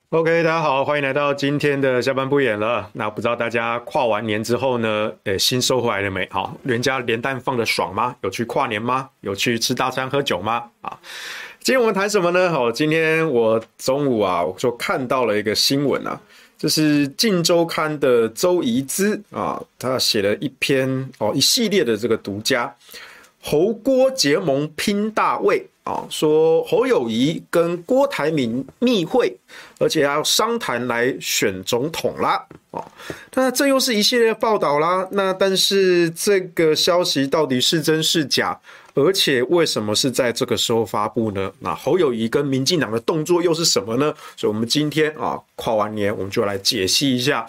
OK，大家好，欢迎来到今天的下班不演了。那不知道大家跨完年之后呢，心收回来了没？好，人家连蛋放的爽吗？有去跨年吗？有去吃大餐喝酒吗？啊，今天我们谈什么呢？好，今天我中午我就看到了一个新闻啊，这是《镜周刊》的周怡之啊，他写了一篇一系列的这个独家，侯郭结盟拼大位。说侯友宜跟郭台铭密会，而且要商谈来选总统啦。那这又是一系列报道啦。那但是这个消息到底是真是假？而且为什么是在这个时候发布呢？那侯友宜跟民进党的动作又是什么呢？所以我们今天跨完年，我们就来解析一下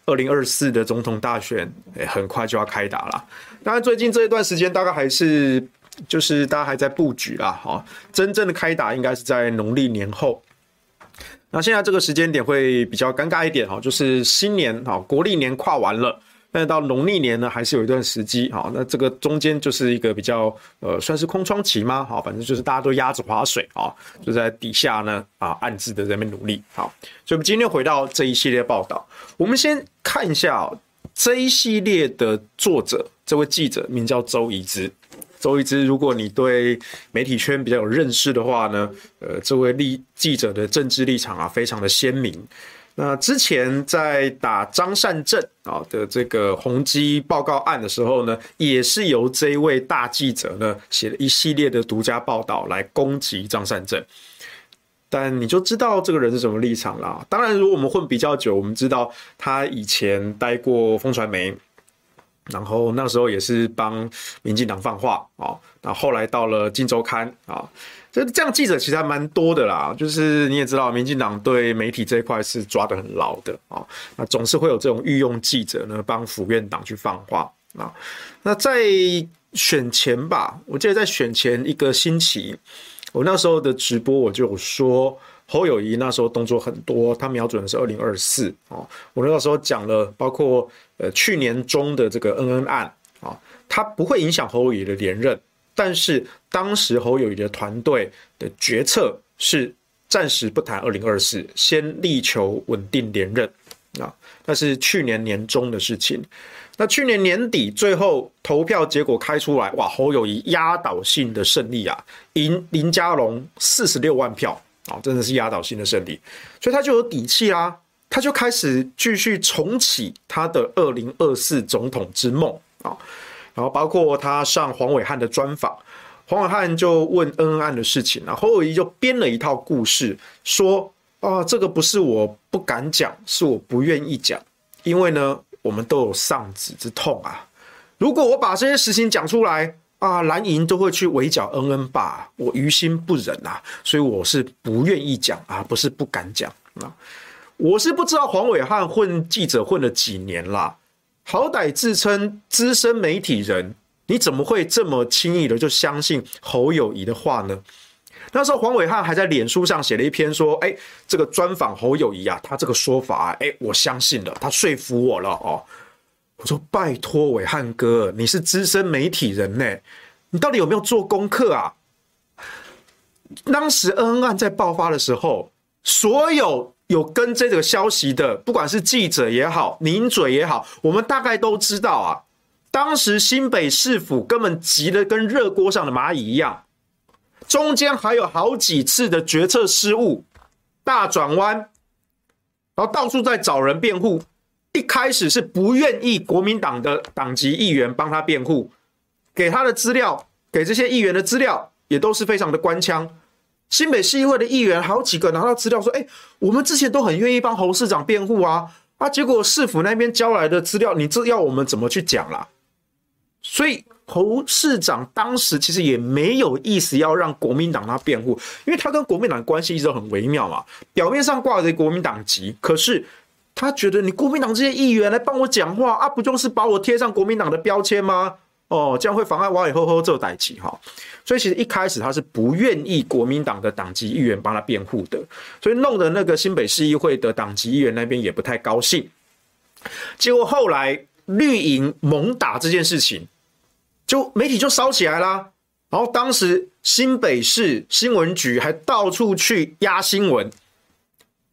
2024的总统大选，很快就要开打了。当然，最近这一段时间大概还是。就是大家还在布局啦，真正的开打应该是在农历年后。那现在这个时间点会比较尴尬一点，就是新年国历年跨完了，但是到农历年呢还是有一段时机，那这个中间就是一个比较算是空窗期吗？反正就是大家都压着划水就在底下呢暗自的在那边努力。好，所以我们今天回到这一系列报道，我们先看一下这一系列的作者，这位记者名叫周怡之。周怡之，如果你对媒体圈比较有认识的话呢，这位记者的政治立场非常的鲜明。那之前在打张善政的这个宏基报告案的时候呢，也是由这一位大记者呢写了一系列的独家报道来攻击张善政。但你就知道这个人是什么立场啦。当然，如果我们混比较久，我们知道他以前待过风传媒。然后那时候也是帮民进党放话那后来到了《镜周刊》这样记者其实还蛮多的啦。就是你也知道，民进党对媒体这一块是抓得很牢的那总是会有这种御用记者呢，帮府院党去放话那在选前吧，我记得在选前一个星期，我那时候的直播我就有说。侯友宜那时候动作很多，他瞄准的是2024我那时候讲了，包括去年中的这个恩恩案它不会影响侯友宜的连任，但是当时侯友宜的团队的决策是暂时不谈2024，先力求稳定连任那是去年年中的事情。那去年年底最后投票结果开出来，哇，侯友宜压倒性的胜利赢林佳龙46万票。真的是压倒性的胜利，所以他就有底气啦，他就开始继续重启他的2024总统之梦然后包括他上黄伟汉的专访，黄伟汉就问恩恩案的事情侯友宜就编了一套故事，说这个不是我不敢讲，是我不愿意讲，因为呢我们都有丧子之痛如果我把这些事情讲出来蓝营都会去围剿恩恩吧，我于心不忍所以我是不愿意讲不是不敢讲我是不知道黄伟汉混记者混了几年啦，好歹自称资深媒体人，你怎么会这么轻易的就相信侯友宜的话呢？那时候黄伟汉还在脸书上写了一篇说，这个专访侯友宜他这个说法我相信了，他说服我了我说拜托伟汉哥，你是资深媒体人呢，你到底有没有做功课当时恩恩案在爆发的时候，所有跟这个消息的，不管是记者也好，名嘴也好，我们大概都知道当时新北市府根本急得跟热锅上的蚂蚁一样，中间还有好几次的决策失误，大转弯，然后到处在找人辩护。一开始是不愿意国民党的党籍议员帮他辩护，给他的资料，给这些议员的资料也都是非常的官腔。新北市议会的议员好几个拿到资料说，我们之前都很愿意帮侯市长辩护结果市府那边交来的资料，你这要我们怎么去讲啦？所以侯市长当时其实也没有意思要让国民党他辩护，因为他跟国民党关系一直都很微妙嘛，表面上挂着国民党籍，可是他觉得你国民党这些议员来帮我讲话不就是把我贴上国民党的标签吗？这样会妨碍我以后做代志所以其实一开始他是不愿意国民党的党籍议员帮他辩护的，所以弄得那个新北市议会的党籍议员那边也不太高兴。结果后来绿营猛打这件事情，就媒体就烧起来啦。然后当时新北市新闻局还到处去压新闻，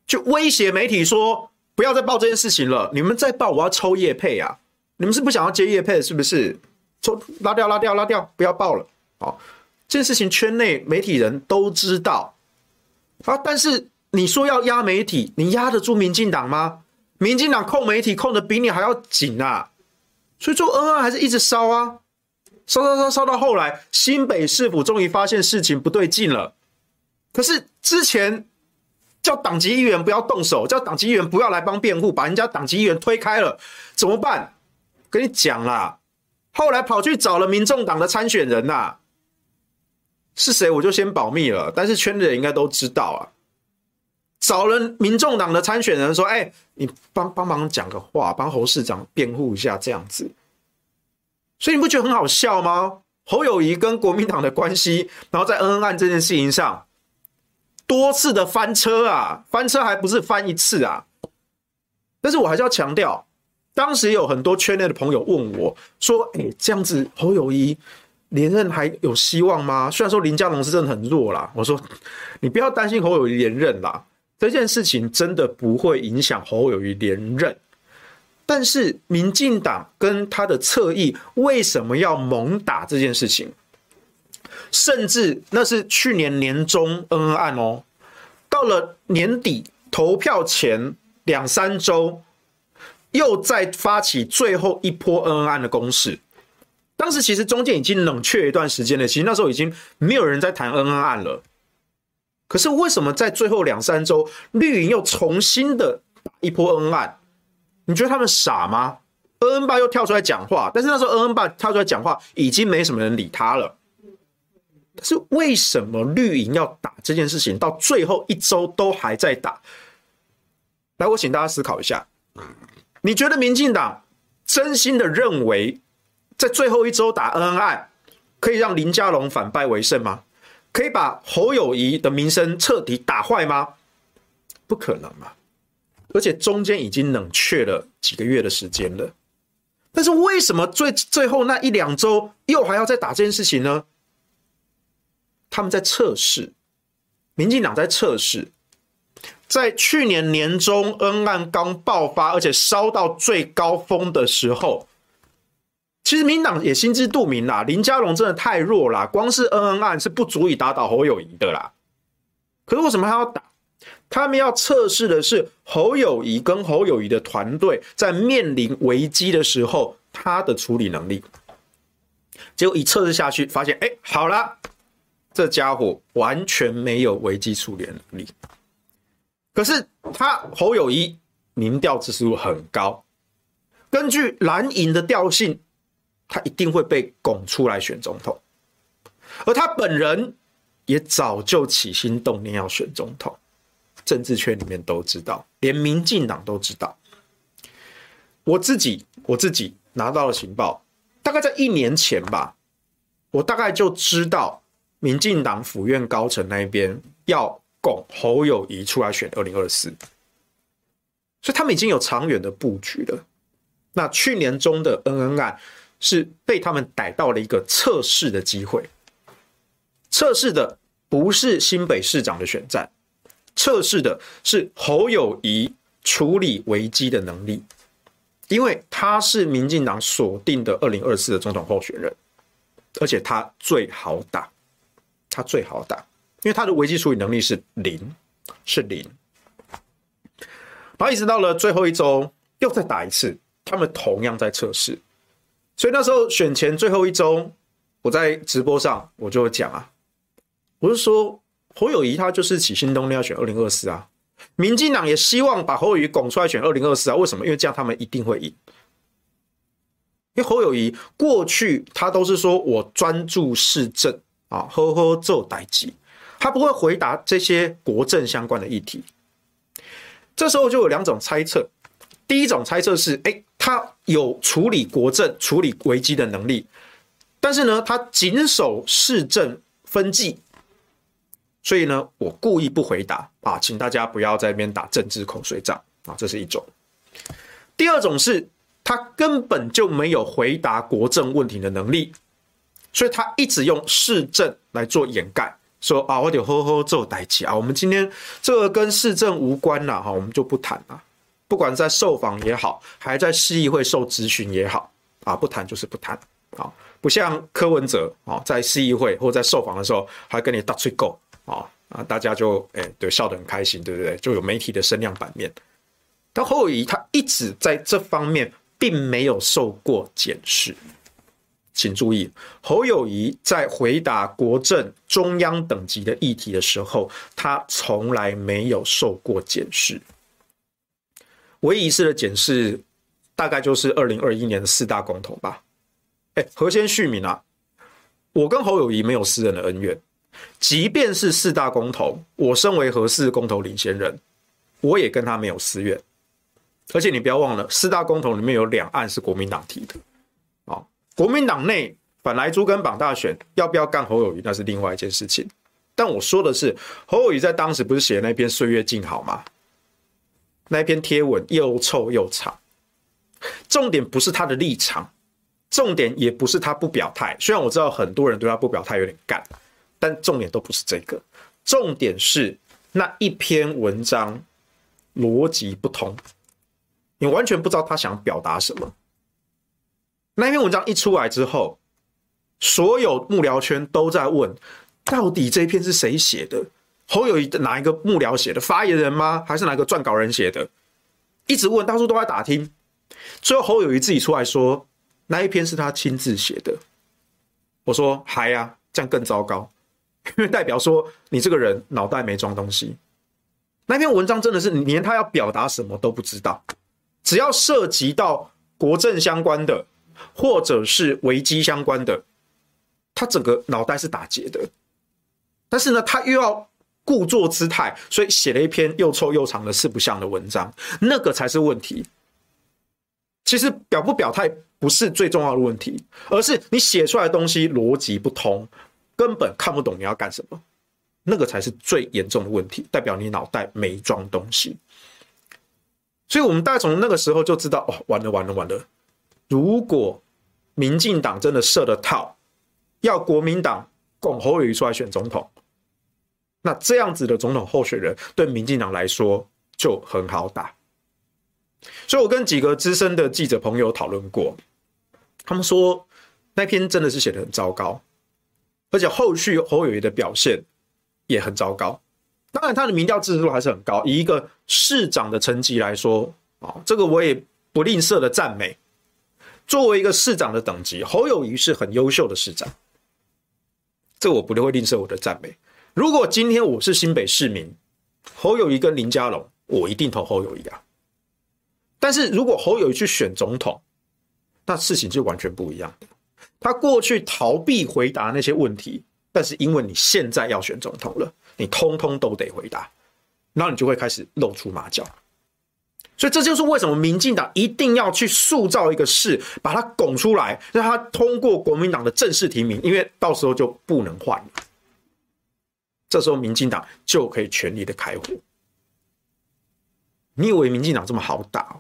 去威胁媒体说不要再报这件事情了，你们再报我要抽业配啊！你们是不想要接业配是不是？拉掉，不要报了。好，这件事情圈内媒体人都知道啊，但是你说要压媒体，你压得住民进党吗？民进党控媒体控得比你还要紧啊！所以做恩案还是一直烧啊，烧到后来，新北市府终于发现事情不对劲了。可是之前叫党籍议员不要动手，叫党籍议员不要来帮辩护，把人家党籍议员推开了，怎么办？跟你讲啦，后来跑去找了民众党的参选人啦，是谁我就先保密了，但是圈内人应该都知道啊。找了民众党的参选人说：“你帮忙讲个话，帮侯市长辩护一下，这样子。”所以你不觉得很好笑吗？侯友宜跟国民党的关系，然后在恩恩案这件事情上多次的翻车啊，翻车还不是翻一次啊。但是我还是要强调，当时有很多圈内的朋友问我说：“这样子侯友宜连任还有希望吗？”虽然说林佳龙是真的很弱啦，我说你不要担心侯友宜连任啦，这件事情真的不会影响侯友宜连任。但是民进党跟他的侧翼为什么要猛打这件事情？甚至那是去年年中恩恩案哦，到了年底投票前2-3周，又再发起最后一波恩恩案的攻势。当时其实中间已经冷却一段时间了，其实那时候已经没有人在谈恩恩案了。可是为什么在最后2-3周，绿营又重新的打一波恩恩案？你觉得他们傻吗？恩恩爸又跳出来讲话，但是那时候恩恩爸跳出来讲话，已经没什么人理他了。但是为什么绿营要打这件事情，到最后1周都还在打？来，我请大家思考一下，你觉得民进党真心的认为，在最后1周打恩恩案，可以让林佳龙反败为胜吗？可以把侯友宜的名声彻底打坏吗？不可能嘛！而且中间已经冷却了几个月的时间了，但是为什么最后那1-2周又还要再打这件事情呢？他们在测试，民进党在测试，在去年年中恩案刚爆发，而且烧到最高峰的时候，其实民进党也心知肚明啦，林佳龙真的太弱啦，光是恩案是不足以打倒侯友宜的啦。可是为什么还要打？他们要测试的是侯友宜跟侯友宜的团队在面临危机的时候他的处理能力。结果一测试下去，发现好啦，这家伙完全没有危机处理的能力。可是侯友宜民调支持度很高，根据蓝营的调性，他一定会被拱出来选总统，而他本人也早就起心动念要选总统。政治圈里面都知道，连民进党都知道。我自己拿到了情报，大概在1年前吧，我大概就知道民进党府院高层那边要拱侯友宜出来选2024，所以他们已经有长远的布局了。那去年中的恩恩案是被他们逮到了一个测试的机会，测试的不是新北市长的选战，测试的是侯友宜处理危机的能力，因为他是民进党锁定的2024的总统候选人，而且他最好打，因为他的危机处理能力是零。然后一直到了最后1周又再打一次，他们同样在测试。所以那时候选前最后1周，我在直播上我就讲啊，我就说侯友宜他就是起心动念要选2024啊，民进党也希望把侯友宜拱出来选2024啊，为什么？因为这样他们一定会赢。因为侯友宜过去他都是说我专注市政啊，好好做代志，他不会回答这些国政相关的议题。这时候就有2种猜测，第一种猜测是，他有处理国政、处理危机的能力，但是呢，他谨守市政分际。所以呢，我故意不回答啊，请大家不要在那边打政治口水仗啊，这是一种。第二种是他根本就没有回答国政问题的能力，所以他一直用市政来做掩盖， 说啊，我得好好做代志啊，我们今天这个跟市政无关啦，我们就不谈啦。不管在受访也好，还在市议会受质询也好，不谈就是不谈啊，不像柯文哲在市议会或在受访的时候还跟你大吹狗大家就对笑得很开心，对不对？就有媒体的声量版面。但侯友宜他一直在这方面并没有受过检视。请注意，侯友宜在回答国政、中央等级的议题的时候，他从来没有受过检视。唯一一次的检视，大概就是2021年的4大公投吧。何先续民啊，我跟侯友宜没有私人的恩怨，即便是4大公投，我身为核四公投领先人，我也跟他没有私怨。而且你不要忘了，4大公投里面有2案是国民党提的。国民党内反莱猪跟绑大选要不要干侯友宜，那是另外一件事情。但我说的是，侯友宜在当时不是写那篇《岁月静好》吗？那篇贴文又臭又长。重点不是他的立场，重点也不是他不表态。虽然我知道很多人对他不表态有点干，但重点都不是这个。重点是那一篇文章逻辑不通，你完全不知道他想表达什么。那篇文章一出来之后，所有幕僚圈都在问，到底这一篇是谁写的？侯友宜哪一个幕僚写的？发言人吗？还是哪个撰稿人写的？一直问，到处都在打听。最后侯友宜自己出来说，那一篇是他亲自写的。我说还啊，这样更糟糕，因为代表说你这个人脑袋没装东西。那篇文章真的是连他要表达什么都不知道，只要涉及到国政相关的，或者是危机相关的，他整个脑袋是打结的。但是呢，他又要故作姿态，所以写了一篇又臭又长的四不像的文章，那个才是问题。其实表不表态不是最重要的问题，而是你写出来的东西逻辑不通，根本看不懂你要干什么，那个才是最严重的问题，代表你脑袋没装东西。所以我们大概从那个时候就知道，完了。如果民进党真的设了套，要国民党拱侯友宜出来选总统，那这样子的总统候选人对民进党来说就很好打。所以我跟几个资深的记者朋友讨论过，他们说那篇真的是写得很糟糕，而且后续侯友宜的表现也很糟糕。当然他的民调支持度还是很高，以一个市长的成绩来说，这个我也不吝啬的赞美。作为一个市长的等级，侯友宜是很优秀的市长，这我不会吝啬我的赞美。如果今天我是新北市民，侯友宜跟林佳龙，我一定投侯友宜啊。但是如果侯友宜去选总统，那事情就完全不一样。他过去逃避回答那些问题，但是因为你现在要选总统了，你通通都得回答，然后你就会开始露出马脚。所以这就是为什么民进党一定要去塑造一个事，把它拱出来，让他通过国民党的正式提名，因为到时候就不能换了。这时候民进党就可以全力的开火。你以为民进党这么好打？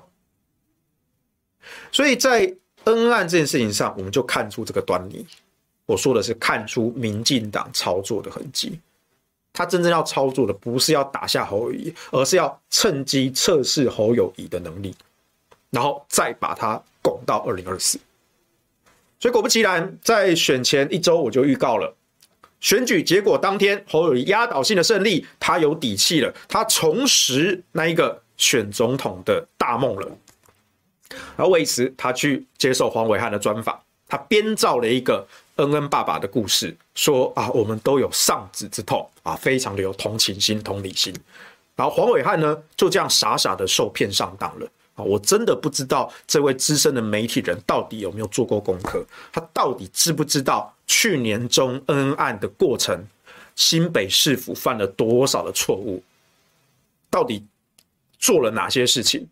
所以在恩案这件事情上，我们就看出这个端倪。我说的是看出民进党操作的痕迹。他真正要操作的不是要打下侯友宜，而是要趁机测试侯友宜的能力，然后再把他拱到2024。所以果不其然，在选前1周我就预告了，选举结果当天侯友宜压倒性的胜利，他有底气了，他重拾那一个选总统的大梦了。然后为此他去接受黄伟汉的专访，他编造了一个恩恩爸爸的故事，说我们都有丧子之痛非常的有同情心、同理心。然后黄伟汉呢，就这样傻傻的受骗上当了。我真的不知道这位资深的媒体人到底有没有做过功课，他到底知不知道去年中恩案的过程，新北市府犯了多少的错误，到底做了哪些事情。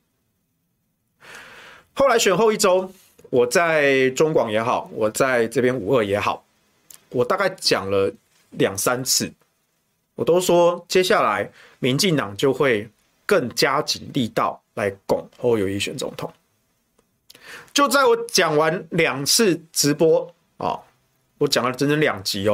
后来选后1周，我在中广也好，我在这边52也好，我大概讲了2、3次，我都说接下来民进党就会更加紧力道来拱侯友宜选总统。就在我讲完2次直播我讲了整整2集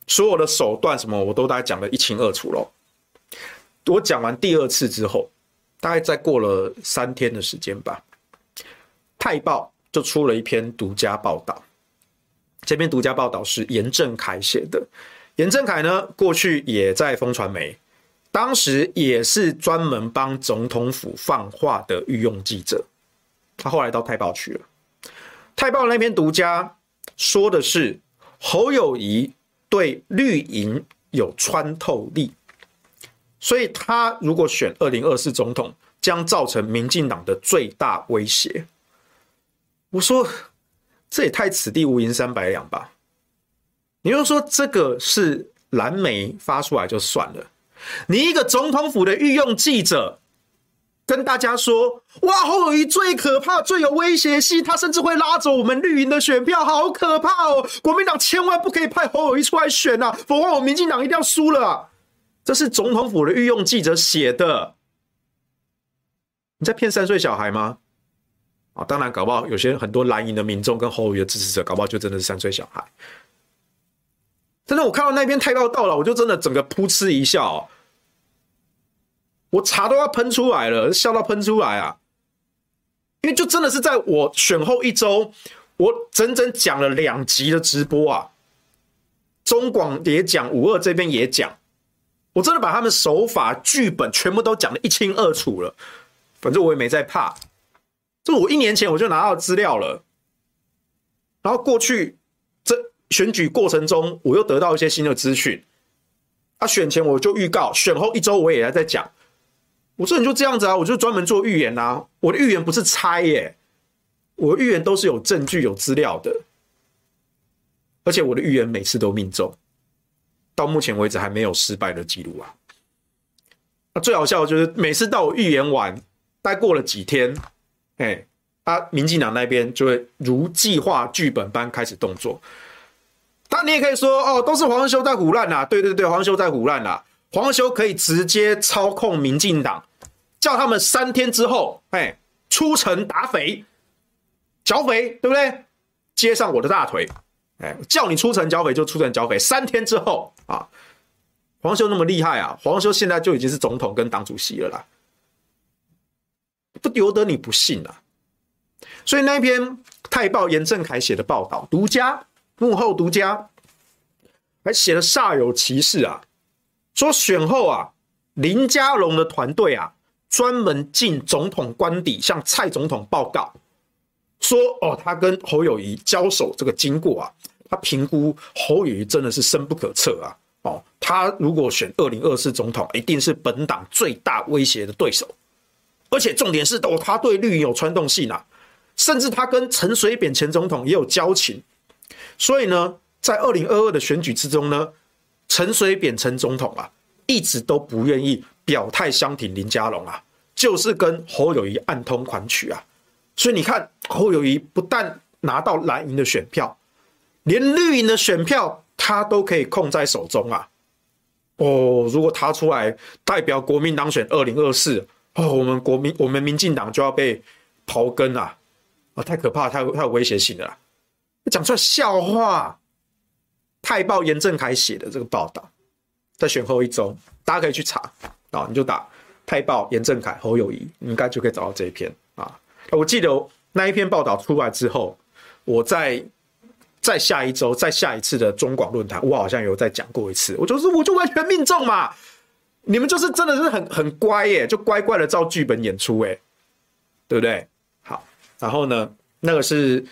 所有的手段什么我都大概讲得一清二楚咯。我讲完第2次之后，大概再过了3天的时间吧，泰报就出了一篇独家报道。这篇独家报道是严正凯写的。严正凯呢，过去也在风传媒，当时也是专门帮总统府放话的御用记者。他后来到泰报去了。泰报那篇独家说的是侯友宜对绿营有穿透力，所以他如果选2024总统，将造成民进党的最大威胁。我说这也太此地无银三百两吧。你就说这个是蓝媒发出来就算了，你一个总统府的御用记者跟大家说，哇，侯友宜最可怕，最有威胁性，他甚至会拉走我们绿营的选票，好可怕哦！国民党千万不可以派侯友宜出来选啊，否则我们民进党一定要输了啊！这是总统府的御用记者写的，你在骗3岁小孩吗？啊，当然搞不好有些很多蓝营的民众跟侯友宜的支持者，搞不好就真的是3岁小孩。真的，我看到那篇泰报到了，我就真的整个噗嗤一笑哦。我茶都要喷出来了，笑到喷出来啊！因为就真的是在我选后1周，我整整讲了2集的直播啊，中广也讲，52这边也讲，我真的把他们手法、剧本全部都讲得一清二楚了。反正我也没在怕，这我1年前我就拿到资料了，然后过去这选举过程中，我又得到一些新的资讯。啊，选前我就预告，选后1周我也在讲。我说你就这样子啊，我就专门做预言啊，我的预言不是猜耶，我的预言都是有证据有资料的，而且我的预言每次都命中，到目前为止还没有失败的记录啊。那最好笑的就是每次到我预言完，大概过了几天，民进党那边就会如计划剧本般开始动作。但你也可以说哦，都是黄修在唬烂啦，对对对，黄修在唬烂啦，黄修可以直接操控民进党。叫他们3天之后，出城打匪、剿匪，对不对？接上我的大腿，叫你出城剿匪就出城剿匪。3天之后啊，黄修那么厉害啊，黄修现在就已经是总统跟党主席了啦，不由得你不信啊。所以那一篇泰报严正凯写的报道，独家幕后独家，还写了煞有其事啊，说选后啊，林佳龙的团队啊。专门进总统官邸向蔡总统报告，说哦，他跟侯友宜交手这个经过啊，他评估侯友宜真的是深不可测啊，哦，他如果选2024总统，一定是本党最大威胁的对手，而且重点是哦，他对绿营有穿动性啊，甚至他跟陈水扁前总统也有交情，所以呢，在2022的选举之中呢，陈水扁前总统啊，一直都不愿意表态相挺林佳龙啊，就是跟侯友宜暗通款曲啊，所以你看侯友宜不但拿到蓝营的选票，连绿营的选票他都可以控在手中啊。哦，如果他出来代表国民党选2024，哦，我们民进党就要被刨根啊！啊，太可怕，太有威胁性的啦！讲出来笑话。泰报严正凯写的这个报道，在选后1周，大家可以去查啊，你就打泰报严正凯侯友宜，你应该就可以找到这一篇啊。我记得那一篇报道出来之后，我在下1周，在下一次的中广论坛，我好像有再讲过一次，我就完全命中嘛，你们就是真的是很乖耶，就乖乖的照剧本演出耶，对不对？好，然后呢，那个是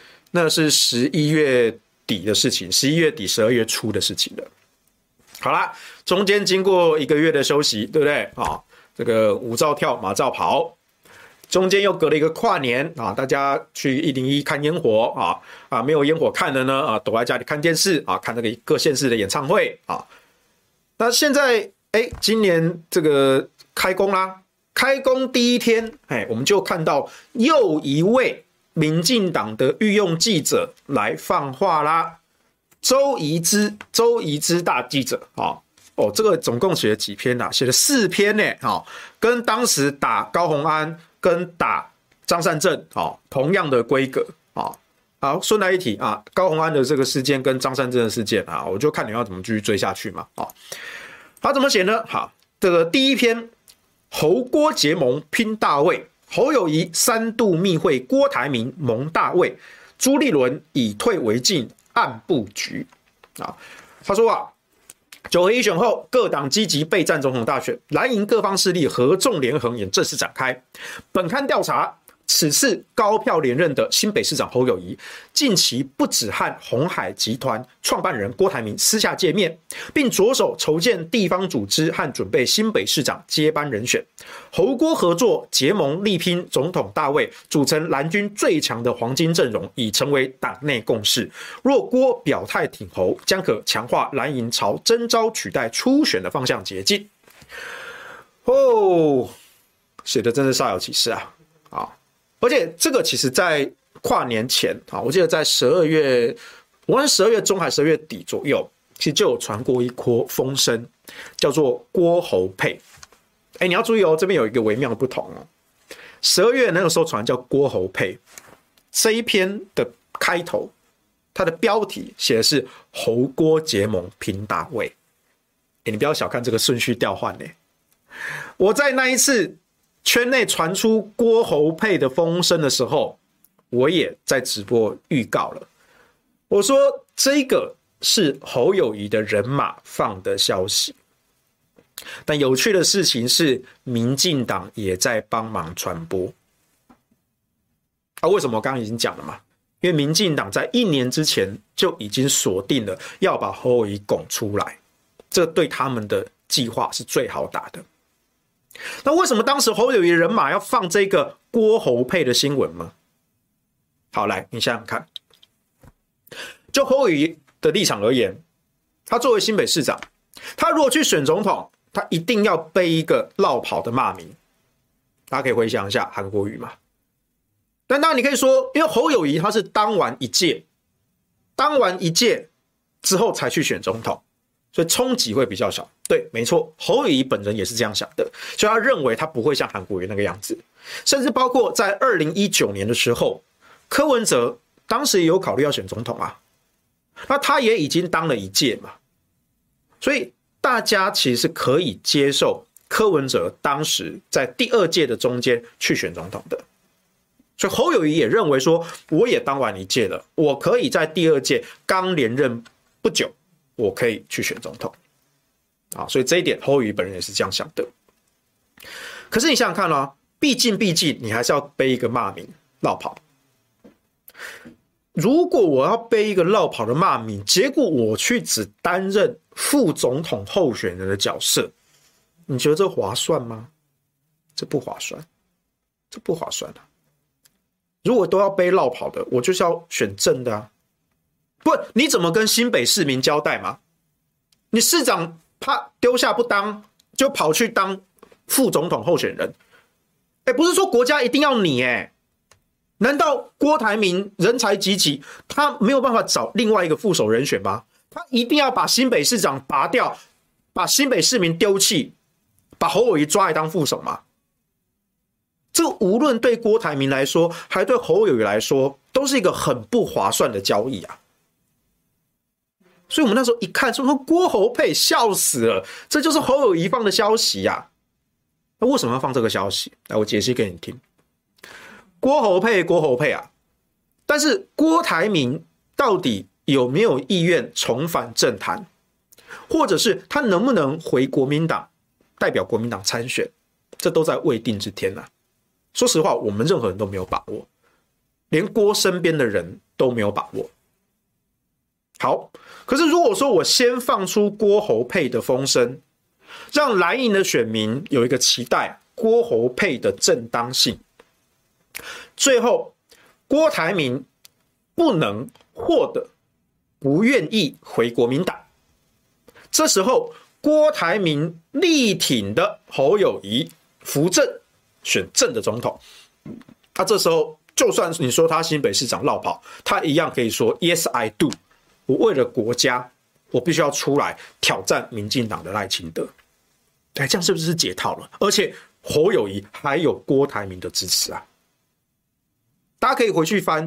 11月底的事情，11月底12月初的事情了。好啦，中间经过1个月的休息，对不对？啊，这个舞照跳，马照跑，中间又隔了一个跨年啊，大家去101看烟火啊，没有烟火看的呢啊，躲在家里看电视啊，看这个各县市的演唱会啊。那现在今年这个开工啦，开工第1天，我们就看到又一位民进党的御用记者来放话啦。周宜之大记者这个总共写了几篇啊？写了4篇呢，跟当时打高虹安跟打张善政同样的规格好，顺带一提啊，高虹安的这个事件跟张善政的事件啊，我就看你要怎么继续追下去嘛。他怎么写呢？好，这个第一篇，侯郭结盟拼大位，侯友宜3度密会郭台铭盟大位，朱立伦以退为进，暗布局啊。他说啊，9合1选后，各党积极备战总统大选，蓝营各方势力合纵连横也正式展开。本刊调查，此次高票连任的新北市长侯友宜，近期不止和鸿海集团创办人郭台铭私下见面，并着手筹建地方组织和准备新北市长接班人选。侯郭合作结盟力拼总统大位，组成蓝军最强的黄金阵容，已成为党内共识。若郭表态挺侯，将可强化蓝营朝征召取代初选的方向捷径。写的真是煞有其事啊！而且这个其实在跨年前啊，我记得在12月，无论是12月中还是12月底左右，其实就有传过一波风声，叫做郭侯配。你要注意哦，这边有一个微妙的不同哦。12月那个时候传叫郭侯配，这一篇的开头，它的标题写的是侯郭结盟拼大位。你不要小看这个顺序调换呢。我在那一次圈内传出郭侯配的风声的时候，我也在直播预告了。我说这个是侯友宜的人马放的消息，但有趣的事情是，民进党也在帮忙传播。为什么我刚刚已经讲了嘛？因为民进党在1年之前就已经锁定了要把侯友宜拱出来，这对他们的计划是最好打的。那为什么当时侯友宜人马要放这个郭侯配的新闻呢？好，来你想想看，就侯友宜的立场而言，他作为新北市长，他如果去选总统，他一定要背一个落跑的骂名。大家可以回想一下韩国瑜嘛。但当然你可以说，因为侯友宜他是当完一届之后才去选总统，所以冲击会比较小。对，没错，侯友宜本人也是这样想的，所以他认为他不会像韩国瑜那个样子。甚至包括在2019年的时候，柯文哲当时也有考虑要选总统啊，那他也已经当了1届嘛，所以大家其实是可以接受柯文哲当时在第2届的中间去选总统的。所以侯友宜也认为说，我也当完1届了，我可以在第2届刚连任不久，我可以去选总统。所以这一点侯友宜本人也是这样想的。可是你想想看哦，毕竟你还是要背一个骂名落跑。如果我要背一个落跑的骂名，结果我去只担任副总统候选人的角色，你觉得这划算吗？这不划算，如果都要背落跑的，我就是要选正的啊！不，你怎么跟新北市民交代嘛？你市长怕丢下不当，就跑去当副总统候选人。不是说国家一定要你难道郭台铭人才济济，他没有办法找另外一个副手人选吗？他一定要把新北市长拔掉，把新北市民丢弃，把侯友宜抓来当副手吗？这个无论对郭台铭来说，还对侯友宜来说，都是一个很不划算的交易啊。所以我们那时候一看说郭侯配，笑死了，这就是侯友宜放的消息啊。那为什么要放这个消息？来，我解析给你听。郭侯配啊，但是郭台铭到底有没有意愿重返政坛，或者是他能不能回国民党代表国民党参选，这都在未定之天啊。说实话，我们任何人都没有把握，连郭身边的人都没有把握。好，可是如果说我先放出郭侯配的风声，让蓝营的选民有一个期待郭侯配的正当性，最后郭台铭不能或者不愿意回国民党，这时候郭台铭力挺的侯友宜扶正选正的总统，这时候就算你说他新北市长落跑，他一样可以说 Yes I do， 我为了国家，我必须要出来挑战民进党的赖清德。这样是不是解套了？而且侯友宜还有郭台铭的支持啊！大家可以回去翻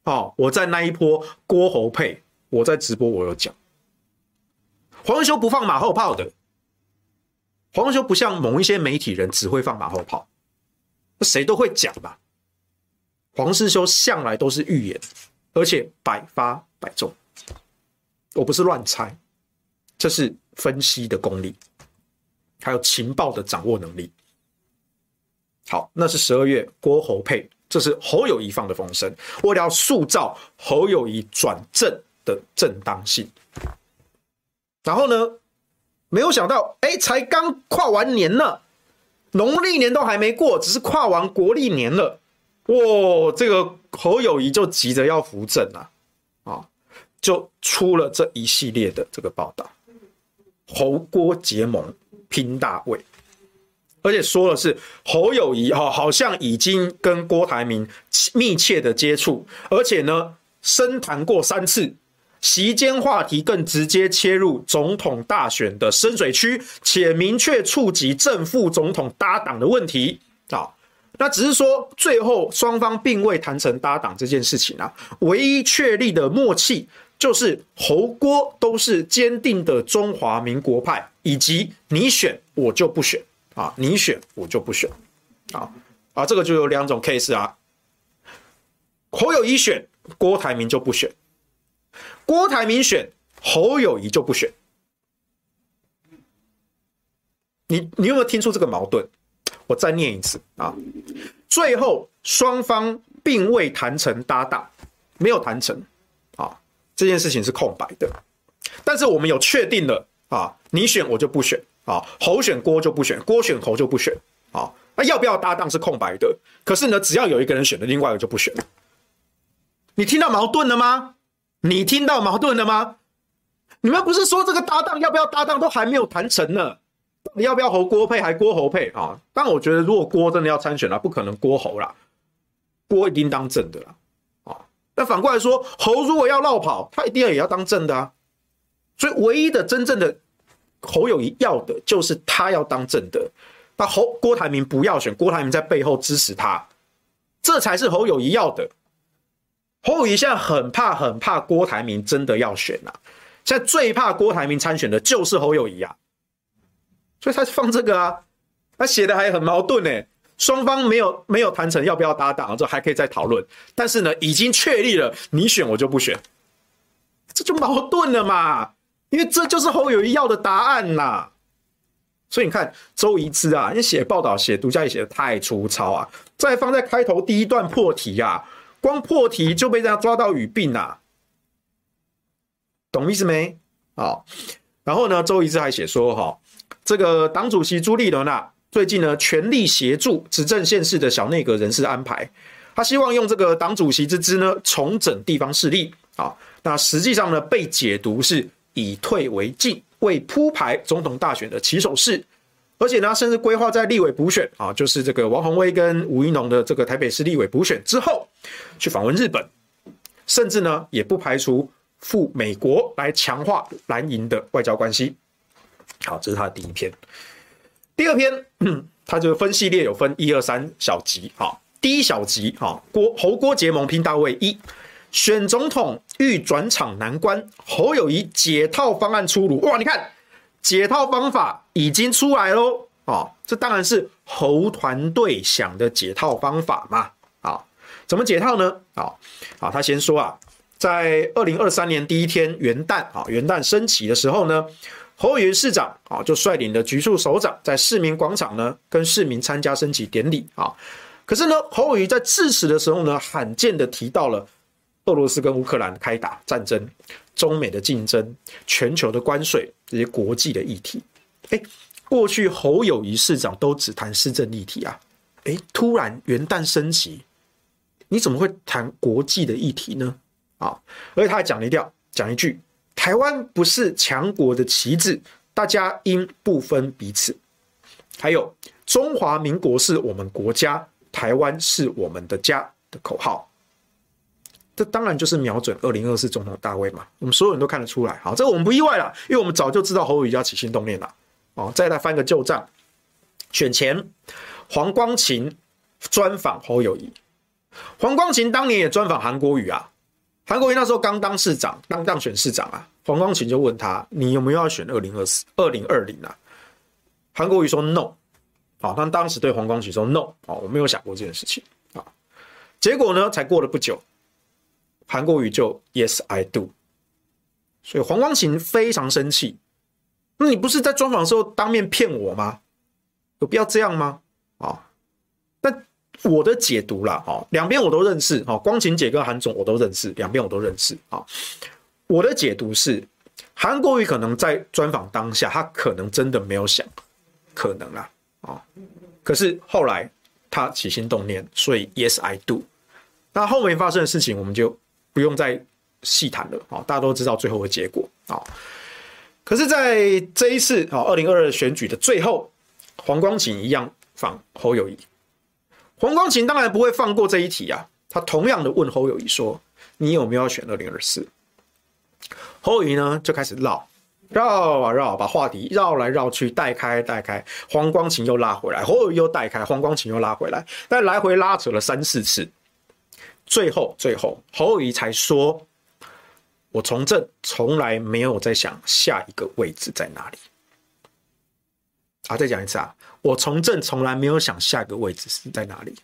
我在那一波郭侯配，我在直播我有讲，黄仁修不放马后炮的，黄仁修不像某一些媒体人只会放马后炮，谁都会讲吧。黄世修向来都是预言，而且百发百中，我不是乱猜，这是分析的功力，还有情报的掌握能力。好，那是12月郭侯配，这是侯友宜放的风声，为了要塑造侯友宜转正的正当性。然后呢，没有想到，才刚跨完年呢，农历年都还没过，只是跨完国历年了，这个侯友宜就急着要扶正就出了这一系列的这个报道，侯郭结盟拼大位。而且说的是侯友宜好像已经跟郭台铭密切的接触，而且呢深谈过3次，席间话题更直接切入总统大选的深水区，且明确触及正副总统搭档的问题。那只是说最后双方并未谈成搭档这件事情唯一确立的默契就是侯郭都是坚定的中华民国派，以及你选我就不选。你选我就不选，这个就有2种 case 侯友宜选，郭台铭就不选；郭台铭选，侯友宜就不选。你有没有听出这个矛盾？我再念一次最后双方并未谈成搭档，没有谈成这件事情是空白的，但是我们有确定了你选我就不选。侯选郭就不选，郭选侯就不选。那要不要搭档是空白的，可是呢，只要有一个人选了，另外一个就不选了。你听到矛盾了吗？你们不是说这个搭档要不要搭档都还没有谈成呢？你要不要侯郭配还郭侯配但我觉得如果郭真的要参选不可能郭侯啦，郭一定当正的啦。那反过来说，侯如果要落跑，他一定也要当正的所以唯一的真正的侯友宜要的就是他要当正的，那郭台铭不要选，郭台铭在背后支持他，这才是侯友宜要的。侯友宜现在很怕郭台铭真的要选现在最怕郭台铭参选的就是侯友宜所以他放这个他写的还很矛盾双方没有谈成要不要搭档，这还可以再讨论，但是呢已经确立了你选我就不选，这就矛盾了嘛。因为这就是侯友宜要的答案所以你看周怡之因为写报道写独家也写的太粗糙再放在开头第一段破题光破题就被人家抓到语病懂意思没？然后呢，周怡之还写说这个党主席朱立伦最近呢全力协助执政县市的小内阁人事安排，他希望用这个党主席之资呢重整地方势力那实际上呢被解读是以退为进，为铺排总统大选的起手式，而且呢，甚至规划在立委补选就是这个王宏威跟吴怡农的这个台北市立委补选之后，去访问日本，甚至呢也不排除赴美国来强化蓝营的外交关系。好，这是他的第一篇。第二篇，他就分系列有分1、2、3小集第一小集侯郭结盟拼大位1。选总统欲转场难关，侯友宜解套方案出炉。你看解套方法已经出来咯这当然是侯团队想的解套方法嘛怎么解套呢？他先说在2023年第一天元旦升旗的时候呢，侯友宜市长就率领了局处首长在市民广场呢跟市民参加升旗典礼可是呢，侯友宜在致辞的时候呢，罕见的提到了俄罗斯跟乌克兰开打战争、中美的竞争、全球的关税这些国际的议题。过去侯友宜市长都只谈市政议题突然元旦升旗，你怎么会谈国际的议题呢？而且他还讲一句，台湾不是强国的旗帜，大家应不分彼此。还有中华民国是我们国家，台湾是我们的家的口号。这当然就是瞄准2024总统大位嘛，我们所有人都看得出来。这个我们不意外了，因为我们早就知道侯友宜要起心动念了。再来翻个旧账，选前黄光芹专访侯友宜，黄光芹当年也专访韩国瑜韩国瑜那时候刚当市长，当选市长啊，黄光芹就问他，你有没有要选2020啊？韩国瑜说 no， 他当时对黄光芹说 no， 我没有想过这件事情啊。结果呢，才过了不久，韩国瑜就 yes I do， 所以黄光芹非常生气，那你不是在专访的时候当面骗我吗？有必要这样吗？但我的解读啦，两边我都认识，光芹姐跟韩总我都认识，两边我都认识。我的解读是，韩国瑜可能在专访当下，他可能真的没有想，可能啦，可是后来他起心动念，所以 yes I do。那后面发生的事情，我们就不用再细谈了，大家都知道最后的结果。可是，在这一次2022选举的最后，黄光芹一样访侯友宜。黄光芹当然不会放过这一题啊，他同样的问侯友宜说：“你有没有要选2024？”侯友宜呢就开始绕啊绕，把话题绕来绕去，带开，黄光芹又拉回来，侯友宜又带开，黄光芹又拉回来，但来回拉扯了3-4次，最后侯友宜才说：“我从政从来没有在想下一个位置在哪里。”再讲一次啊，我从政从来没有想下一个位置是在哪里。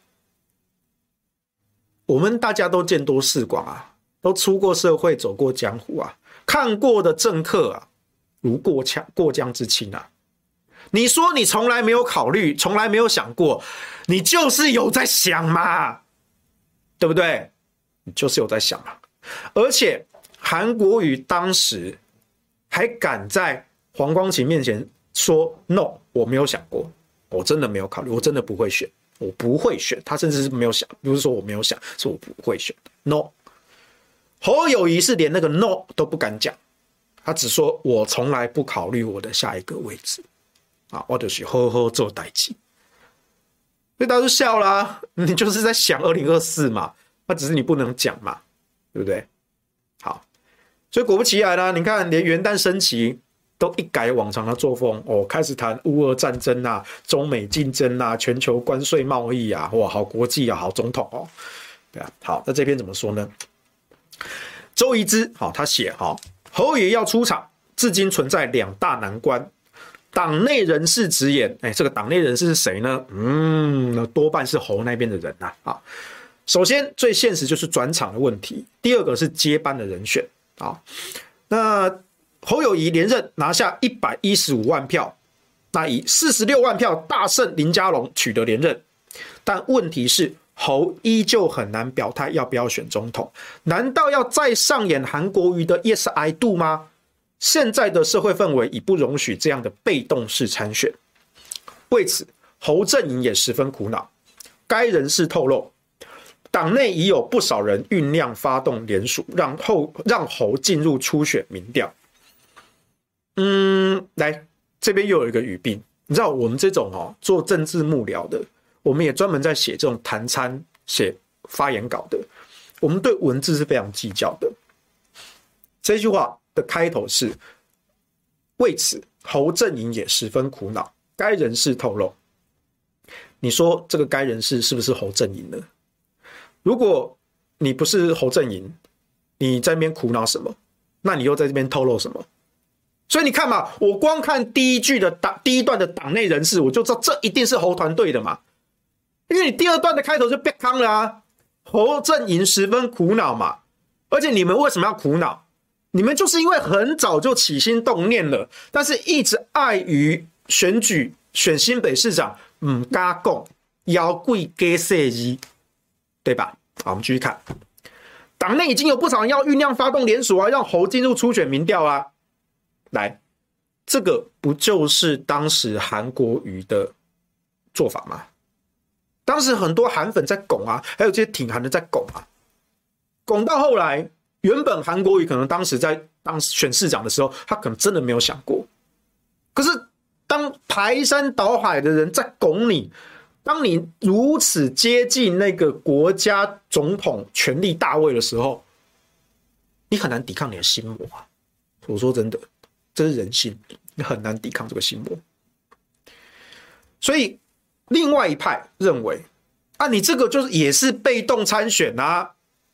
我们大家都见多识广啊，都出过社会，走过江湖啊，看过的政客啊，如过江之青啊。你说你从来没有考虑，从来没有想过，你就是有在想嘛，对不对？你就是有在想嘛。而且韩国瑜当时还敢在黄光芹面前说 no， 我没有想过，我真的没有考虑，我真的不会选，我不会选。他甚至是没有想，不是说我没有想，是我不会选 no。侯友宜是连那个 no 都不敢讲，他只说我从来不考虑我的下一个位置我就是好好做代志。所以大家就笑啦，你就是在想2024嘛，那只是你不能讲嘛，对不对？好，所以果不其然啦，你看连元旦升旗都一改往常的作风开始谈乌俄战争啊、中美竞争啊、全球关税贸易啊，哇，好国际啊，好总统对啊。好，那这边怎么说呢？周怡之他写侯友宜要出场，至今存在2大难关。党内人士直言，这个党内人士是谁呢？那多半是侯那边的人首先，最现实就是转场的问题；第二个是接班的人选那侯友宜连任拿下115万票，那以46万票大胜林佳龙取得连任，但问题是侯依旧很难表态要不要选总统，难道要再上演韩国瑜的 Yes I do 吗？现在的社会氛围已不容许这样的被动式参选，为此侯阵营也十分苦恼。该人士透露，党内已有不少人酝酿发动联署，让侯进入初选民调。来这边又有一个语病，你知道我们这种做政治幕僚的，我们也专门在写这种谈参、写发言稿的，我们对文字是非常计较的。这句话的开头是：为此侯阵营也十分苦恼。该人士透露，你说这个该人士是不是侯阵营呢？如果你不是侯阵营，你在那边苦恼什么？那你又在这边透露什么？所以你看嘛，我光看第一段的党内人士，我就知道这一定是侯团队的嘛。因为你第二段的开头就别康了啊，侯阵营十分苦恼嘛。而且你们为什么要苦恼？你们就是因为很早就起心动念了，但是一直碍于选举选新北市长，不敢讲，腰贵给设计，对吧？好，我们继续看，党内已经有不少人要酝酿发动联署啊，让侯进入初选民调啊。来，这个不就是当时韩国瑜的做法吗？当时很多韩粉在拱啊，还有这些挺韩的在拱啊，拱到后来，原本韩国瑜可能当时在选市长的时候，他可能真的没有想过。可是当排山倒海的人在拱你，当你如此接近那个国家总统权力大位的时候，你很难抵抗你的心魔啊！我说真的，这是人性，你很难抵抗这个心魔。所以另外一派认为啊，你这个就是也是被动参选啊，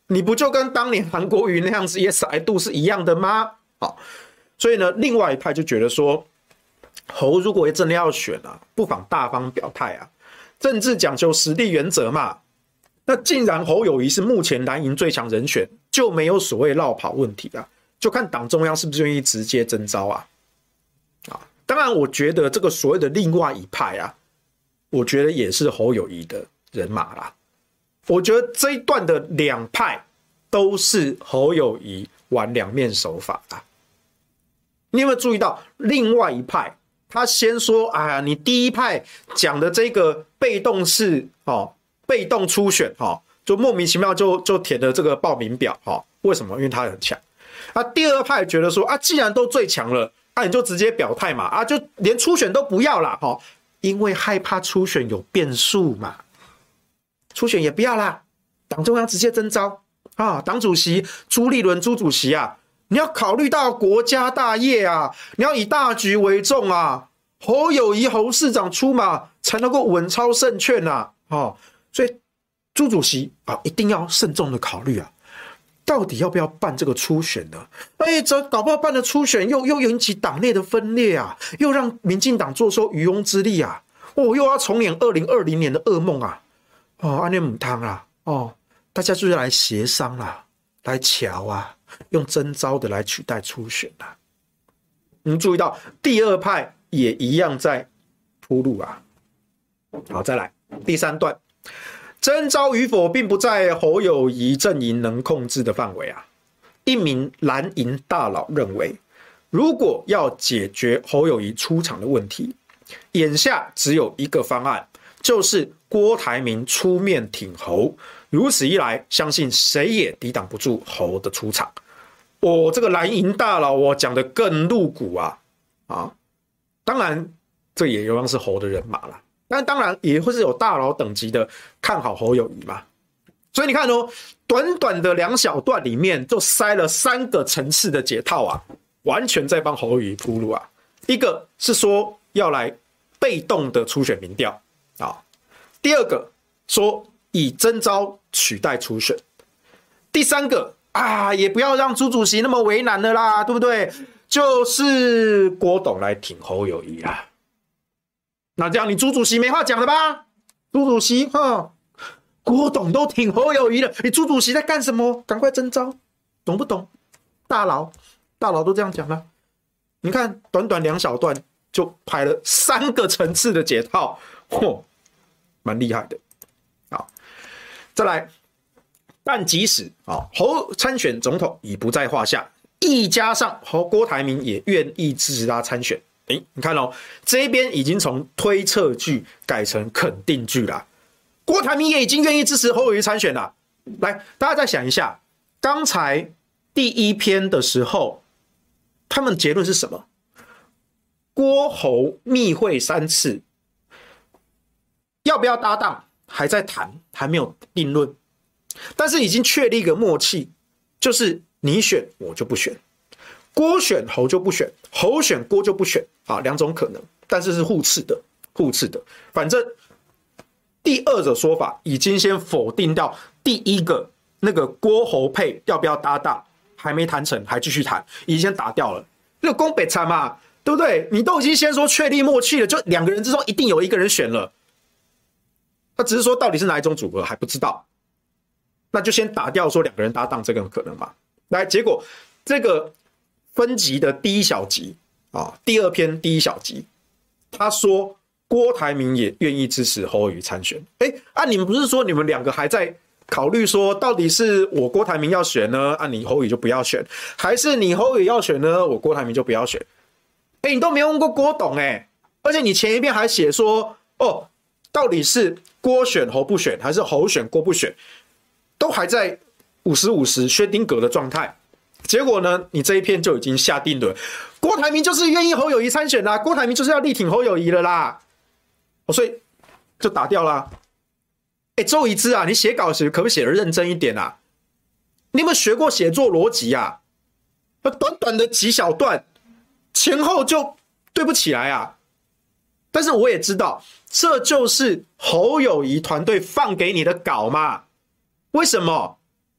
你不就跟当年韩国瑜那样子 yes I do 是一样的吗？好，所以呢，另外一派就觉得说，侯如果真的要选啊，不妨大方表态啊，政治讲究实力原则嘛。那既然侯友宜是目前蓝营最强人选，就没有所谓绕跑问题啊，就看党中央是不是愿意直接征召啊。当然，我觉得这个所谓的另外一派啊，我觉得也是侯友宜的人马啦。我觉得这一段的两派都是侯友宜玩两面手法啦。你有没有注意到，另外一派他先说，哎呀，你第一派讲的这个被动式被动初选就莫名其妙就填了这个报名表为什么？因为他很强。第二派觉得说啊，既然都最强了，你就直接表态嘛，就连初选都不要啦，因为害怕初选有变数嘛，初选也不要啦，党中央直接征召党主席朱立伦朱主席啊，你要考虑到国家大业啊，你要以大局为重啊，侯友宜侯市长出马才能够稳操胜券啊，所以朱主席一定要慎重的考虑啊。到底要不要办这个初选呢？这搞不好办了初选又引起党内的分裂啊，又让民进党坐收渔翁之利啊，又要重演2020年的噩梦啊，安尼母汤啊，大家就是来协商啦，来瞧啊，用征召的来取代初选啊。你们注意到第二派也一样在铺路啊。好，再来第三段。征召与否并不在侯友宜阵营能控制的范围啊。一名蓝营大佬认为，如果要解决侯友宜出场的问题，眼下只有一个方案，就是郭台铭出面挺侯。如此一来，相信谁也抵挡不住侯的出场。这个蓝营大佬讲得更露骨啊！当然这也有样是侯的人马啦。但当然也会是有大佬等级的看好侯友宜嘛，所以你看短短的2小段里面就塞了3个层次的解套啊，完全在帮侯友宜铺路啊。一个是说要来被动的初选民调第二个说以征召取代初选，第三个也不要让朱主席那么为难了啦，对不对？就是郭董来挺侯友宜啊。那这样你朱主席没话讲了吧？朱主席郭董都挺侯友宜了，你朱主席在干什么？赶快征召，懂不懂？大佬都这样讲了。你看短短2小段就排了3个层次的解套，蛮厉害的。好，再来，但即使侯参选总统已不在话下，亦加上郭台铭也愿意支持他参选。你看这边已经从推测句改成肯定句了。郭台铭也已经愿意支持侯友宜参选了。来，大家再想一下，刚才第1篇的时候，他们结论是什么？郭侯密会3次，要不要搭档还在谈，还没有定论。但是已经确立一个默契，就是你选我就不选。郭选侯就不选，侯选郭就不选，2种可能，但是是互斥的。反正第2种说法已经先否定掉第1个那个郭侯配要不要搭档，还没谈成，还继续谈，已经先打掉了。那个攻北参嘛，对不对？你都已经先说确立默契了，就2个人之中一定有一个人选了，他只是说到底是哪一种组合还不知道，那就先打掉说2个人搭档这个可能嘛。来，结果这个分级的第1小集第2篇第1小集，他说郭台铭也愿意支持侯友宜参选。你们不是说你们2个还在考虑说到底是我郭台铭要选呢，你侯友宜就不要选，还是你侯友宜要选呢，我郭台铭就不要选？你都没有问过郭董而且你前一篇还写说到底是郭选侯不选，还是侯选郭不选，都还在50-50薛丁格的状态。结果呢，你这一篇就已经下定论，郭台铭就是愿意侯友宜参选啦，郭台铭就是要力挺侯友宜了啦，所以就打掉啦。周宜之你写稿时可不可以写得认真一点啊？你有没有学过写作逻辑啊？短短的几小段，前后就对不起来啊。但是我也知道，这就是侯友宜团队放给你的稿嘛。为什么？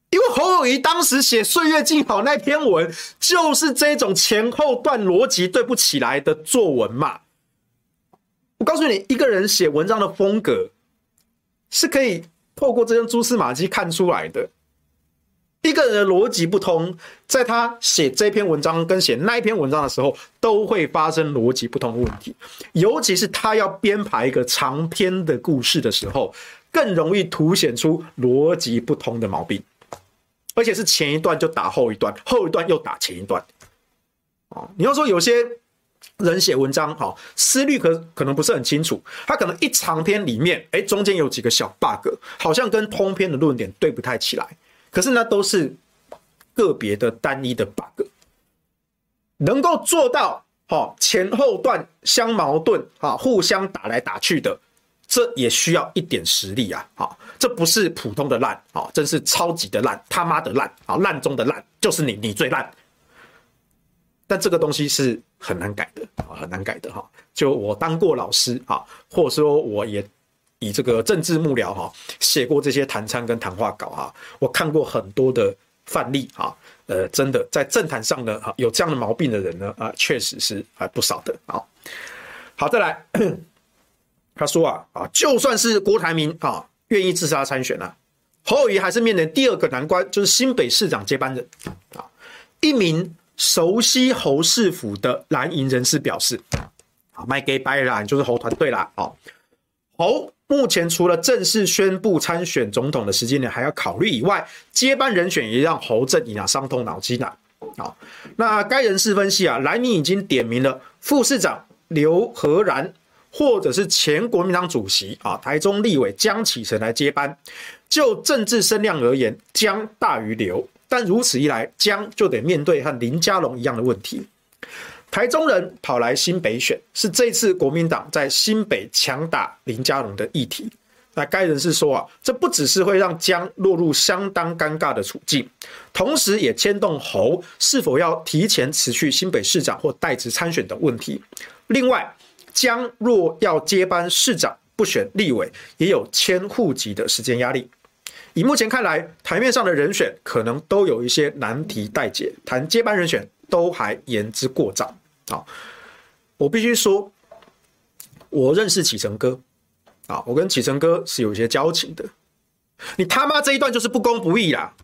因为侯友宜当时写《岁月静好》那篇文，就是这种前后段逻辑对不起来的作文嘛。我告诉你，一个人写文章的风格是可以透过这些蛛丝马迹看出来的。一个人的逻辑不通，在他写这篇文章跟写那一篇文章的时候，都会发生逻辑不通的问题。尤其是他要编排一个长篇的故事的时候，更容易凸显出逻辑不通的毛病，而且是前一段就打后一段，后一段又打前一段。你要说有些人写文章思虑可能不是很清楚，他可能一长篇里面中间有几个小 bug， 好像跟通篇的论点对不太起来，可是那都是个别的单一的 bug。 能够做到前后段相矛盾互相打来打去的，这也需要一点实力啊！这不是普通的烂真是超级的烂，他妈的烂烂中的烂，就是你最烂。但这个东西是很难改的，很难改的。就我当过老师或者说我也以这个政治幕僚写过这些谈参跟谈话稿我看过很多的范例真的在政坛上呢有这样的毛病的人呢确实是不少的。好，再来，他说就算是郭台铭愿意自杀参选侯友宜还是面临第二个难关，就是新北市长接班人一名熟悉侯市府的蓝营人士表示，卖给白啦，就是侯团队啦。侯目前除了正式宣布参选总统的时间点还要考虑以外，接班人选也让侯阵营伤透脑筋那该人士分析蓝营已经点名了副市长刘和然，或者是前国民党主席台中立委江启臣来接班。就政治声量而言，江大于刘，但如此一来，江就得面对和林佳龙一样的问题。台中人跑来新北选，是这次国民党在新北强打林佳龙的议题。那该人士说这不只是会让江落入相当尴尬的处境，同时也牵动侯是否要提前辞去新北市长或代职参选等问题。另外，江若要接班市长不选立委，也有迁户籍的时间压力。以目前看来，台面上的人选可能都有一些难题待解，谈接班人选都还言之过早。我必须说，我认识启臣哥我跟启臣哥是有一些交情的。你他妈这一段就是不公不义啦！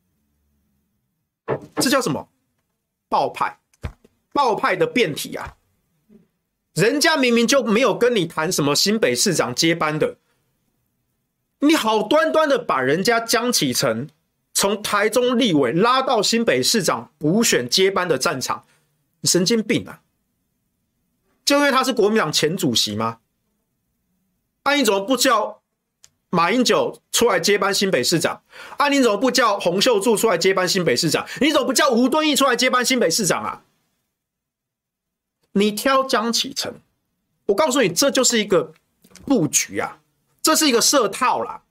这叫什么？爆派，爆派的变体人家明明就没有跟你谈什么新北市长接班的，你好端端的把人家江启臣从台中立委拉到新北市长补选接班的战场，你神经病就因为他是国民党前主席吗？你怎么不叫马英九出来接班新北市长？你怎么不叫洪秀柱出来接班新北市长？你怎么不叫吴敦义出来接班新北市长你挑江启臣，我告诉你，这就是一个布局这是一个设套啦。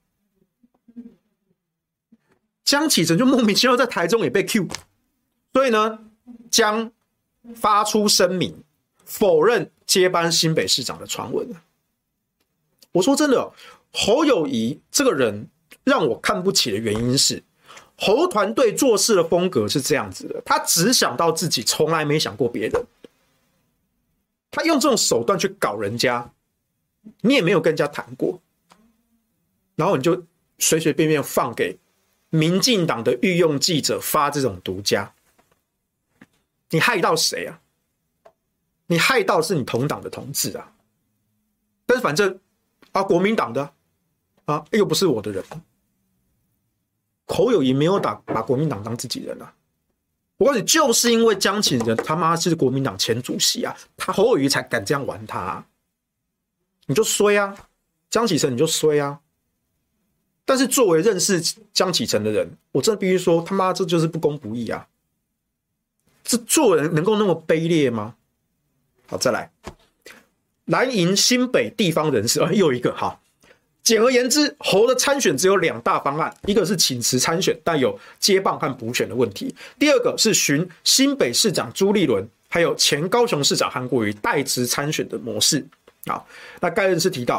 江启臣就莫名其妙在台中也被 Q， 所以呢，江发出声明否认接班新北市长的传闻。我说真的侯友宜这个人让我看不起的原因是，侯团队做事的风格是这样子的，他只想到自己，从来没想过别人。他用这种手段去搞人家，你也没有跟人家谈过，然后你就随随便便放给民进党的御用记者发这种独家，你害到谁你害到是你同党的同志但是反正国民党的又不是我的人。侯友宜没有把国民党当自己人我告诉你，就是因为江启臣他妈是国民党前主席他侯友宜才敢这样玩他你就衰江启臣你就衰但是作为认识江启臣的人，我真的必须说，他妈这就是不公不义这做人能够那么卑劣吗？好，再来，蓝营新北地方人士又一个简而言之，侯的参选只有2大方案，一个是请辞参选，但有接棒和补选的问题；第二个是循新北市长朱立伦，还有前高雄市长韩国瑜代职参选的模式。那该人士提到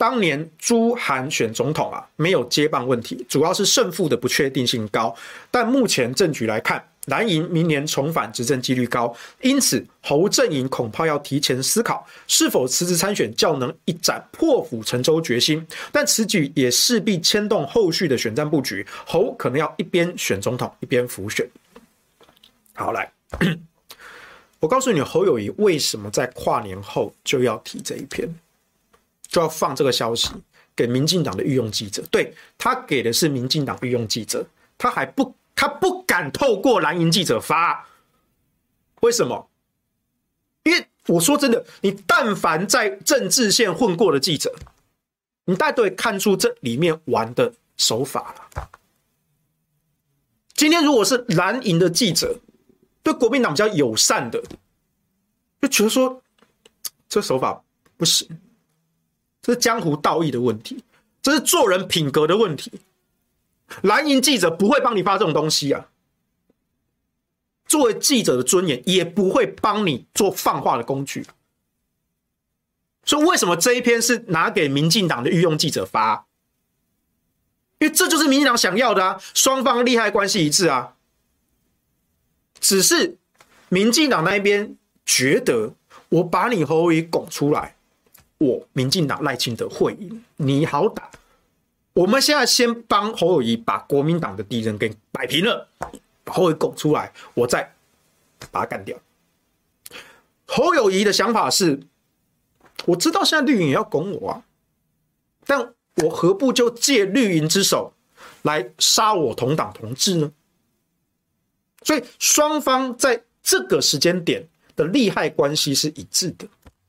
当年朱韩选总统啊，没有接棒问题，主要是胜负的不确定性高。但目前政局来看，蓝营明年重返执政几率高，因此侯阵营恐怕要提前思考是否辞职参选，较能一展破釜沉舟决心。但此举也势必牵动后续的选战布局，侯可能要一边选总统一边辅选。好，来，我告诉你，侯友宜为什么在跨年后就要提这一篇，就要放这个消息给民进党的御用记者。对，他给的是民进党御用记者，他不敢透过蓝营记者发，为什么？因为我说真的，你但凡在政治线混过的记者，你大概都会看出这里面玩的手法了。今天如果是蓝营的记者，对国民党比较友善的，就觉得说这手法不行，这是江湖道义的问题，这是做人品格的问题。蓝营记者不会帮你发这种东西啊，作为记者的尊严也不会帮你做放话的工具。所以为什么这一篇是拿给民进党的御用记者发？因为这就是民进党想要的啊，双方利害关系一致啊。只是民进党那一边觉得，我把你侯友宜拱出来，我民进党赖清德会赢，你好打。我们现在先帮侯友宜把国民党的敌人给摆平了，把侯友宜拱出来，我再把他干掉。侯友宜的想法是，我知道现在绿营也要拱我啊，但我何不就借绿营之手来杀我同党同志呢？所以双方在这个时间点的利害关系是一致的。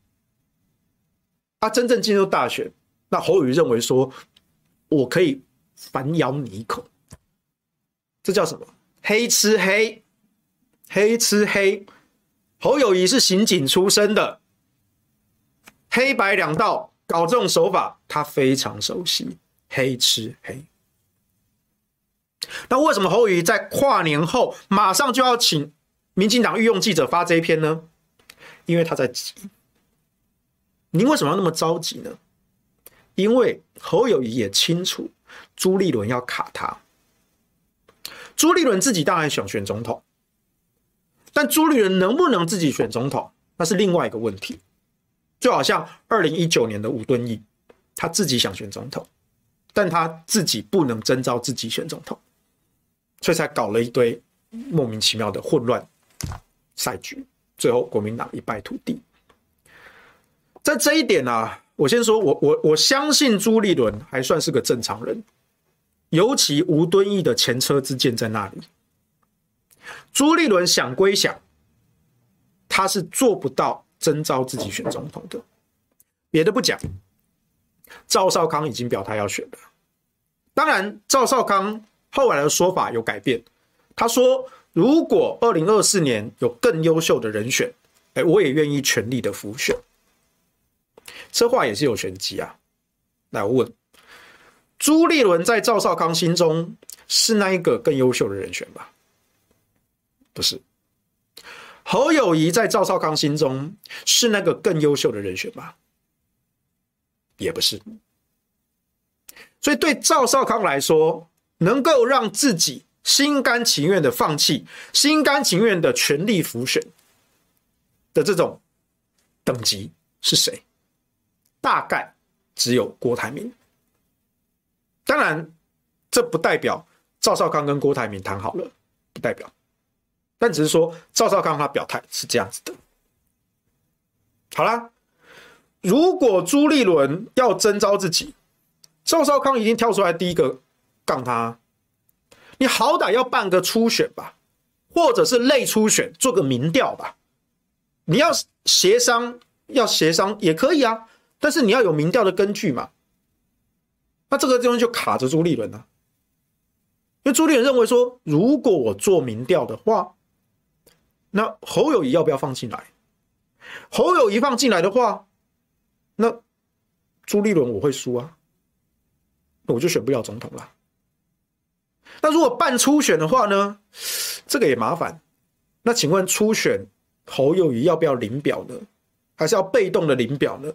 真正进入大选，那侯友宜认为说，我可以反咬你一口，这叫什么？黑吃黑，黑吃黑。侯友宜是刑警出身的，黑白两道搞这种手法，他非常熟悉，黑吃黑。那为什么侯友宜在跨年后马上就要请民进党御用记者发这一篇呢？因为他在急。您为什么要那么着急呢？因为侯友宜也清楚朱立伦要卡他。朱立伦自己当然想选总统，但朱立伦能不能自己选总统，那是另外一个问题。就好像2019年的吴敦义，他自己想选总统，但他自己不能征召自己选总统，所以才搞了一堆莫名其妙的混乱赛局，最后国民党一败涂地。在这一点啊，我先说，我相信朱立伦还算是个正常人，尤其吴敦义的前车之鉴在那里。朱立伦想归想，他是做不到征召自己选总统的。别的不讲，赵少康已经表态要选了。当然，赵少康后来的说法有改变，他说如果2024年有更优秀的人选，我也愿意全力的辅选。这话也是有玄机啊。来，我问，朱立伦在赵少康心中是那一个更优秀的人选吧？不是。侯友宜在赵少康心中是那个更优秀的人选吧？也不是。所以对赵少康来说，能够让自己心甘情愿的放弃、心甘情愿的全力辅选的这种等级是谁？大概只有郭台铭。当然，这不代表赵少康跟郭台铭谈好了，不代表。但只是说赵少康他表态是这样子的。好啦，如果朱立伦要征召自己，赵少康一定跳出来第一个杠他。你好歹要办个初选吧，或者是类初选，做个民调吧。你要协商也可以啊，但是你要有民调的根据嘛。那这个东西就卡着朱立伦了。因为朱立伦认为说，如果我做民调的话，那侯友宜要不要放进来？侯友宜放进来的话，那朱立伦我会输啊，那我就选不了总统了。那如果办初选的话呢，这个也麻烦。那请问初选侯友宜要不要领表呢？还是要被动的领表呢？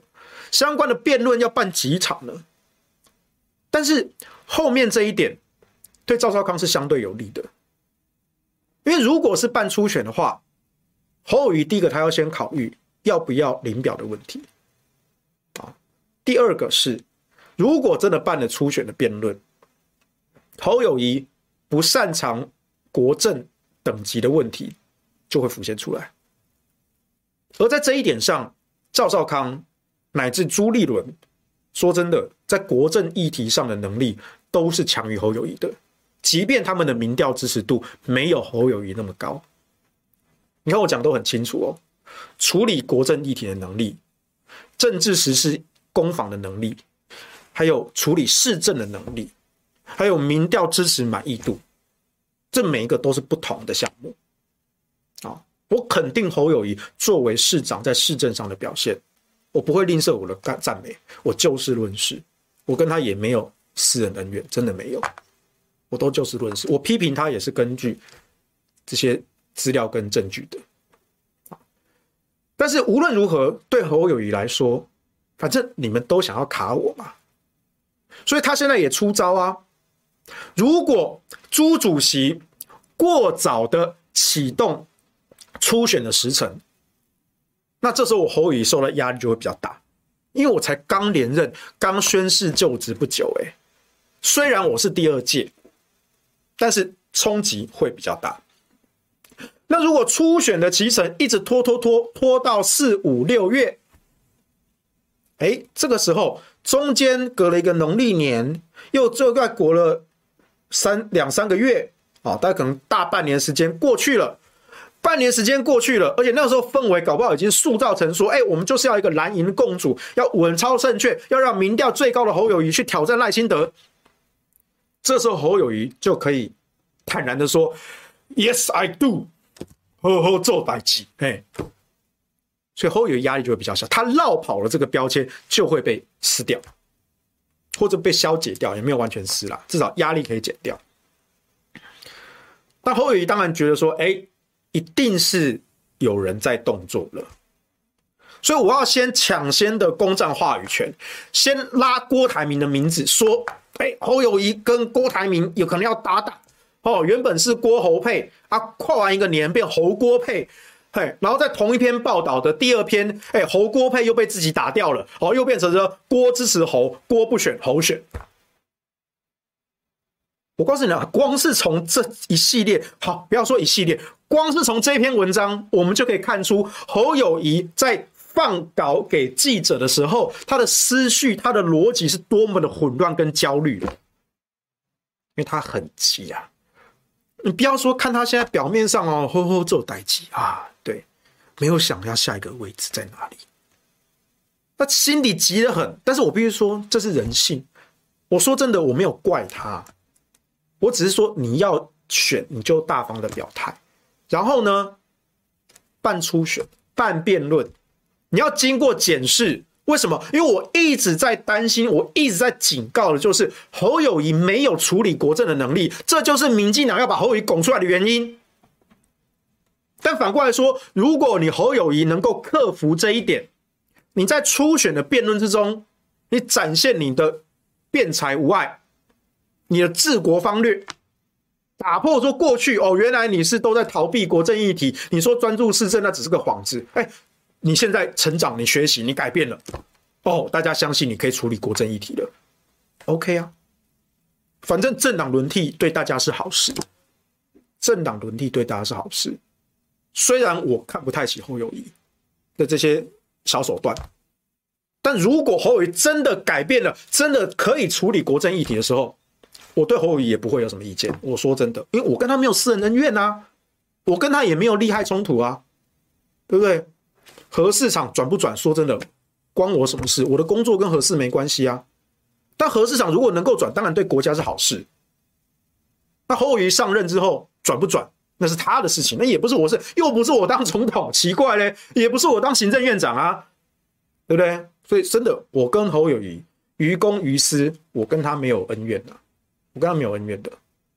相关的辩论要办几场呢？但是后面这一点对赵少康是相对有利的，因为如果是办初选的话，侯友宜第一个他要先考虑要不要领表的问题，第二个是如果真的办了初选的辩论，侯友宜不擅长国政等级的问题就会浮现出来，而在这一点上，赵少康乃至朱立伦，说真的，在国政议题上的能力都是强于侯友宜的，即便他们的民调支持度没有侯友宜那么高。你看我讲都很清楚哦，处理国政议题的能力，政治时事攻防的能力，还有处理市政的能力，还有民调支持满意度，这每一个都是不同的项目。我肯定侯友宜作为市长在市政上的表现，我不会吝啬我的赞美，我就事论事，我跟他也没有私人恩怨，真的没有，我都就事论事，我批评他也是根据这些资料跟证据的。但是无论如何，对侯友宜来说，反正你们都想要卡我嘛，所以他现在也出招啊。如果朱主席过早的启动初选的时程，那这时候我侯友宜受的压力就会比较大，因为我才刚连任，刚宣誓就职不久，虽然我是第二届，但是冲击会比较大。那如果初选的期程一直拖到4、5、6月，这个时候中间隔了一个农历年，又大概过了2、3个月，大概可能大半年时间过去了。半年时间过去了，而且那个时候氛围搞不好已经塑造成说，我们就是要一个蓝营共主，要稳操胜券，要让民调最高的侯友宜去挑战赖清德。这时候侯友宜就可以坦然的说 ，Yes I do， 好好做代志，所以侯友宜压力就会比较小，他绕跑了这个标签就会被撕掉，或者被消解掉，也没有完全撕啦，至少压力可以减掉。但侯友宜当然觉得说，一定是有人在动作了，所以我要先抢先的攻占话语权，先拉郭台铭的名字，说，侯友宜跟郭台铭有可能要搭档，原本是郭侯配啊，跨完一个年变侯郭配，然后在同一篇报道的第二篇，侯郭配又被自己打掉了，又变成了郭支持侯，郭不选侯选。我告诉你光是从这一系列，好，不要说一系列，光是从这篇文章，我们就可以看出侯友宜在放稿给记者的时候，他的思绪、他的逻辑是多么的混乱跟焦虑的，因为他很急啊。你不要说看他现在表面上做代志啊，对，没有想要下一个位置在哪里，他心里急得很。但是我必须说，这是人性。我说真的，我没有怪他。我只是说，你要选，你就大方的表态，然后呢，办初选、办辩论，你要经过检视。为什么？因为我一直在担心，我一直在警告的就是侯友宜没有处理国政的能力，这就是民进党要把侯友宜拱出来的原因。但反过来说，如果你侯友宜能够克服这一点，你在初选的辩论之中，你展现你的辩才无碍。你的治国方略，打破说过去原来你是都在逃避国政议题，你说专注市政那只是个幌子，你现在成长，你学习，你改变了，大家相信你可以处理国政议题了 ，OK 啊，反正政党轮替对大家是好事，政党轮替对大家是好事，虽然我看不太起侯友宜的这些小手段，但如果侯友宜真的改变了，真的可以处理国政议题的时候，我对侯友宜也不会有什么意见。我说真的，因为我跟他没有私人恩怨啊，我跟他也没有利害冲突啊，对不对？核市场转不转，说真的，关我什么事？我的工作跟核市没关系啊。但核市场如果能够转，当然对国家是好事。那侯友宜上任之后转不转，那是他的事情，那也不是我事，又不是我当总统，奇怪嘞，也不是我当行政院长啊，对不对？所以真的，我跟侯友宜于公于私，我跟他没有恩怨啊。我跟他没有恩怨的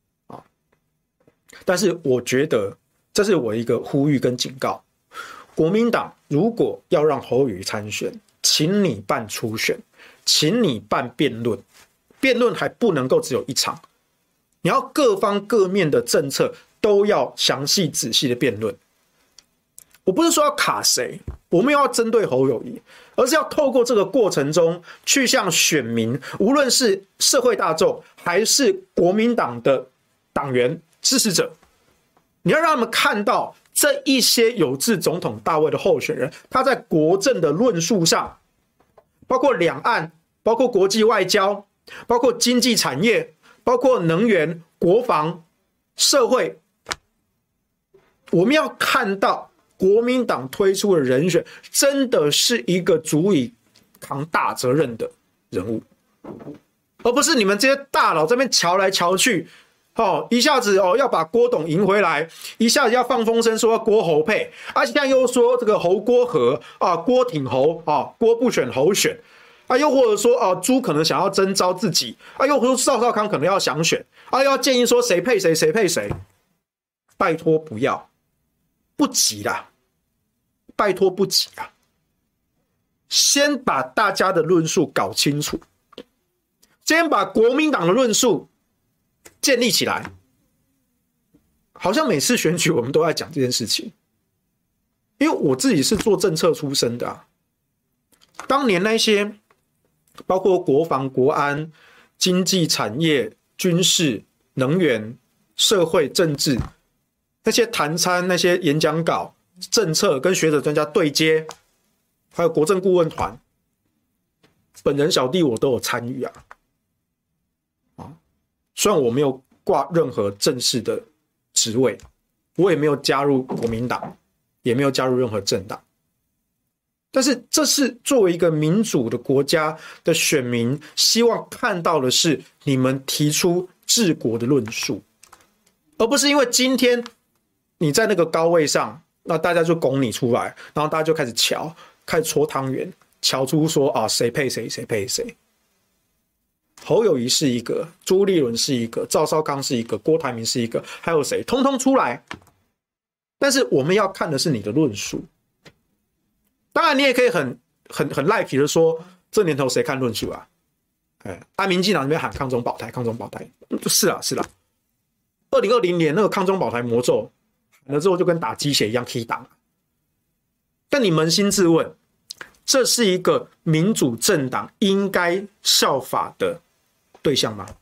但是我觉得这是我一个呼吁跟警告，国民党如果要让侯友宜参选， 请你办初选，请你办辩论，辩论还不能够只有一场，你要各方各面的政策都要详细仔细的辩论。我不是说要卡谁，我们要针对侯友宜，而是要透过这个过程中去向选民，无论是社会大众还是国民党的党员支持者，你要让他们看到这一些有志总统大位的候选人，他在国政的论述上，包括两岸，包括国际外交，包括经济产业，包括能源、国防、社会，我们要看到国民党推出的人选真的是一个足以扛大责任的人物，而不是你们这些大佬这边瞧来瞧去，一下子要把郭董赢回来，一下子要放风声说郭侯配，现在又说这个侯郭和郭挺侯郭不选侯选，又或者说朱可能想要征召自己，又或者说赵少康可能要想选，又要建议说谁配谁谁配谁，拜托不要，不急啦，拜托不急啦，先把大家的论述搞清楚，先把国民党的论述建立起来。好像每次选举我们都在讲这件事情，因为我自己是做政策出身的当年那些包括国防、国安、经济产业、军事、能源、社会、政治那些谈餐、那些演讲稿、政策跟学者专家对接，还有国政顾问团，本人小弟我都有参与虽然我没有挂任何正式的职位，我也没有加入国民党，也没有加入任何政党，但是这是作为一个民主的国家的选民希望看到的是你们提出治国的论述，而不是因为今天你在那个高位上，那大家就拱你出来，然后大家就开始瞧，开始搓汤圆，瞧出说谁配谁谁配谁。侯友宜是一个，朱立伦是一个，赵少康是一个，郭台铭是一个，还有谁通通出来，但是我们要看的是你的论述。当然你也可以很赖皮的说，这年头谁看论述民进党那边喊抗中保台，抗中保台，是啦2020年那个抗中保台魔咒喊了之后就跟打鸡血一样 key 档，但你扪心自问，这是一个民主政党应该效法的对象吗？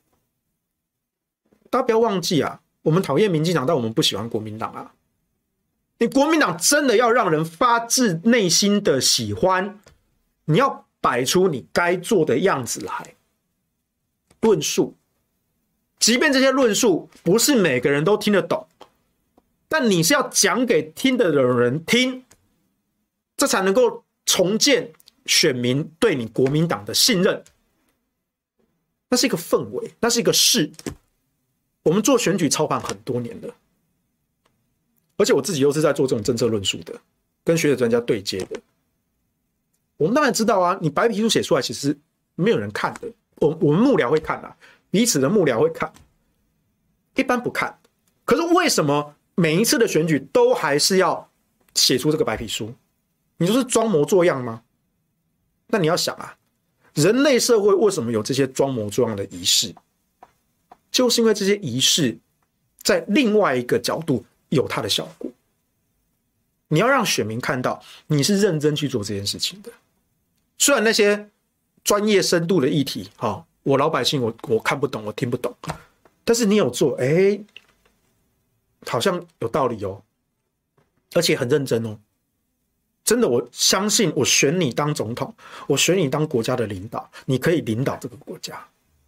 大家不要忘记我们讨厌民进党，但我们不喜欢国民党你国民党真的要让人发自内心的喜欢，你要摆出你该做的样子来论述，即便这些论述不是每个人都听得懂，但你是要讲给听的人听，这才能够重建选民对你国民党的信任。那是一个氛围，那是一个事。我们做选举操盘很多年了，而且我自己又是在做这种政策论述的，跟学者专家对接的。我们当然知道你白皮书写出来其实没有人看的，我们幕僚会看彼此的幕僚会看，一般不看。可是为什么每一次的选举都还是要写出这个白皮书？你说是装模作样吗？那你要想人类社会为什么有这些装模作样的仪式？就是因为这些仪式在另外一个角度有它的效果。你要让选民看到你是认真去做这件事情的。虽然那些专业深度的议题我老百姓我看不懂，我听不懂，但是你有做，好像有道理而且很认真真的，我相信我选你当总统，我选你当国家的领导，你可以领导这个国家，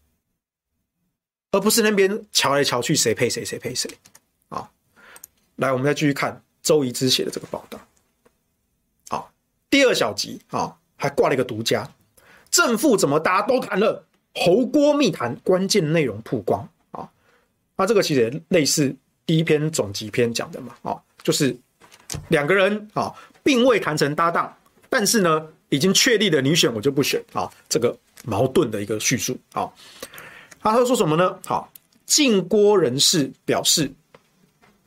而不是那边瞧来瞧去谁配谁谁配谁来，我们再继续看周怡之写的这个报道第二小集还挂了一个独家，正负怎么大家都谈了，侯郭密谈关键内容曝光那这个其实也类似第一篇总集篇讲的嘛就是两个人并未谈成搭档，但是呢已经确立了你选我就不选这个矛盾的一个叙述他说什么呢？晋郭人士表示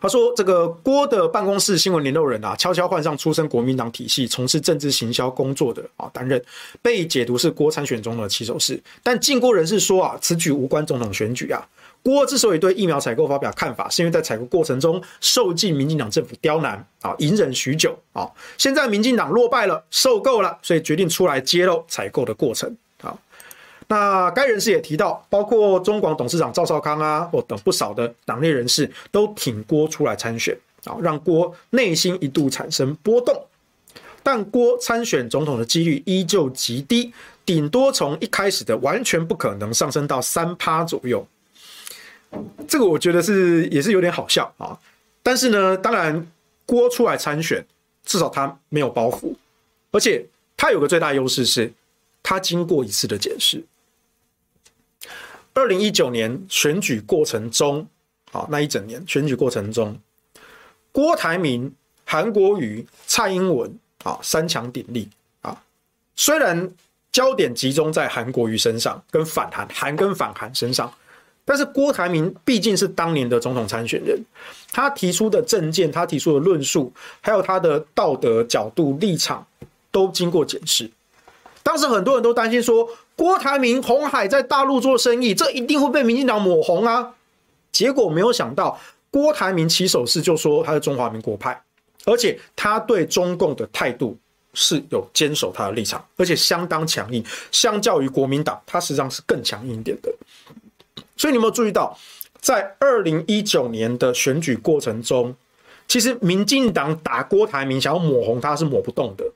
他说这个郭的办公室新闻联络人啊，悄悄换上出身国民党体系、从事政治行销工作的啊担任，被解读是郭参选中的起手式。但近郭人士说啊，此举无关总统选举啊。郭之所以对疫苗采购发表看法，是因为在采购过程中受尽民进党政府刁难啊，隐忍许久啊。现在民进党落败了，受够了，所以决定出来揭露采购的过程啊。那该人士也提到，包括中广董事长赵少康啊，等不少的党内人士都挺郭出来参选啊，让郭内心一度产生波动。但郭参选总统的几率依旧极低，顶多从一开始的完全不可能上升到3%左右。这个我觉得也是有点好笑啊，但是呢，当然郭出来参选，至少他没有包袱，而且他有个最大优势是，他经过一次的检视。2019年选举过程中，那一整年选举过程中，郭台铭、韩国瑜、蔡英文三强鼎立啊，虽然焦点集中在韩国瑜身上，跟反韩身上。但是郭台铭毕竟是当年的总统参选人，他提出的政见、他提出的论述，还有他的道德角度立场，都经过检视。当时很多人都担心说，郭台铭鸿海在大陆做生意，这一定会被民进党抹红啊。结果没有想到，郭台铭起手式就说他是中华民国派，而且他对中共的态度是有坚守他的立场，而且相当强硬，相较于国民党，他实际上是更强硬一点的。所以你有没有注意到，在2019年的选举过程中，其实民进党打郭台铭想要抹红他是抹不动的，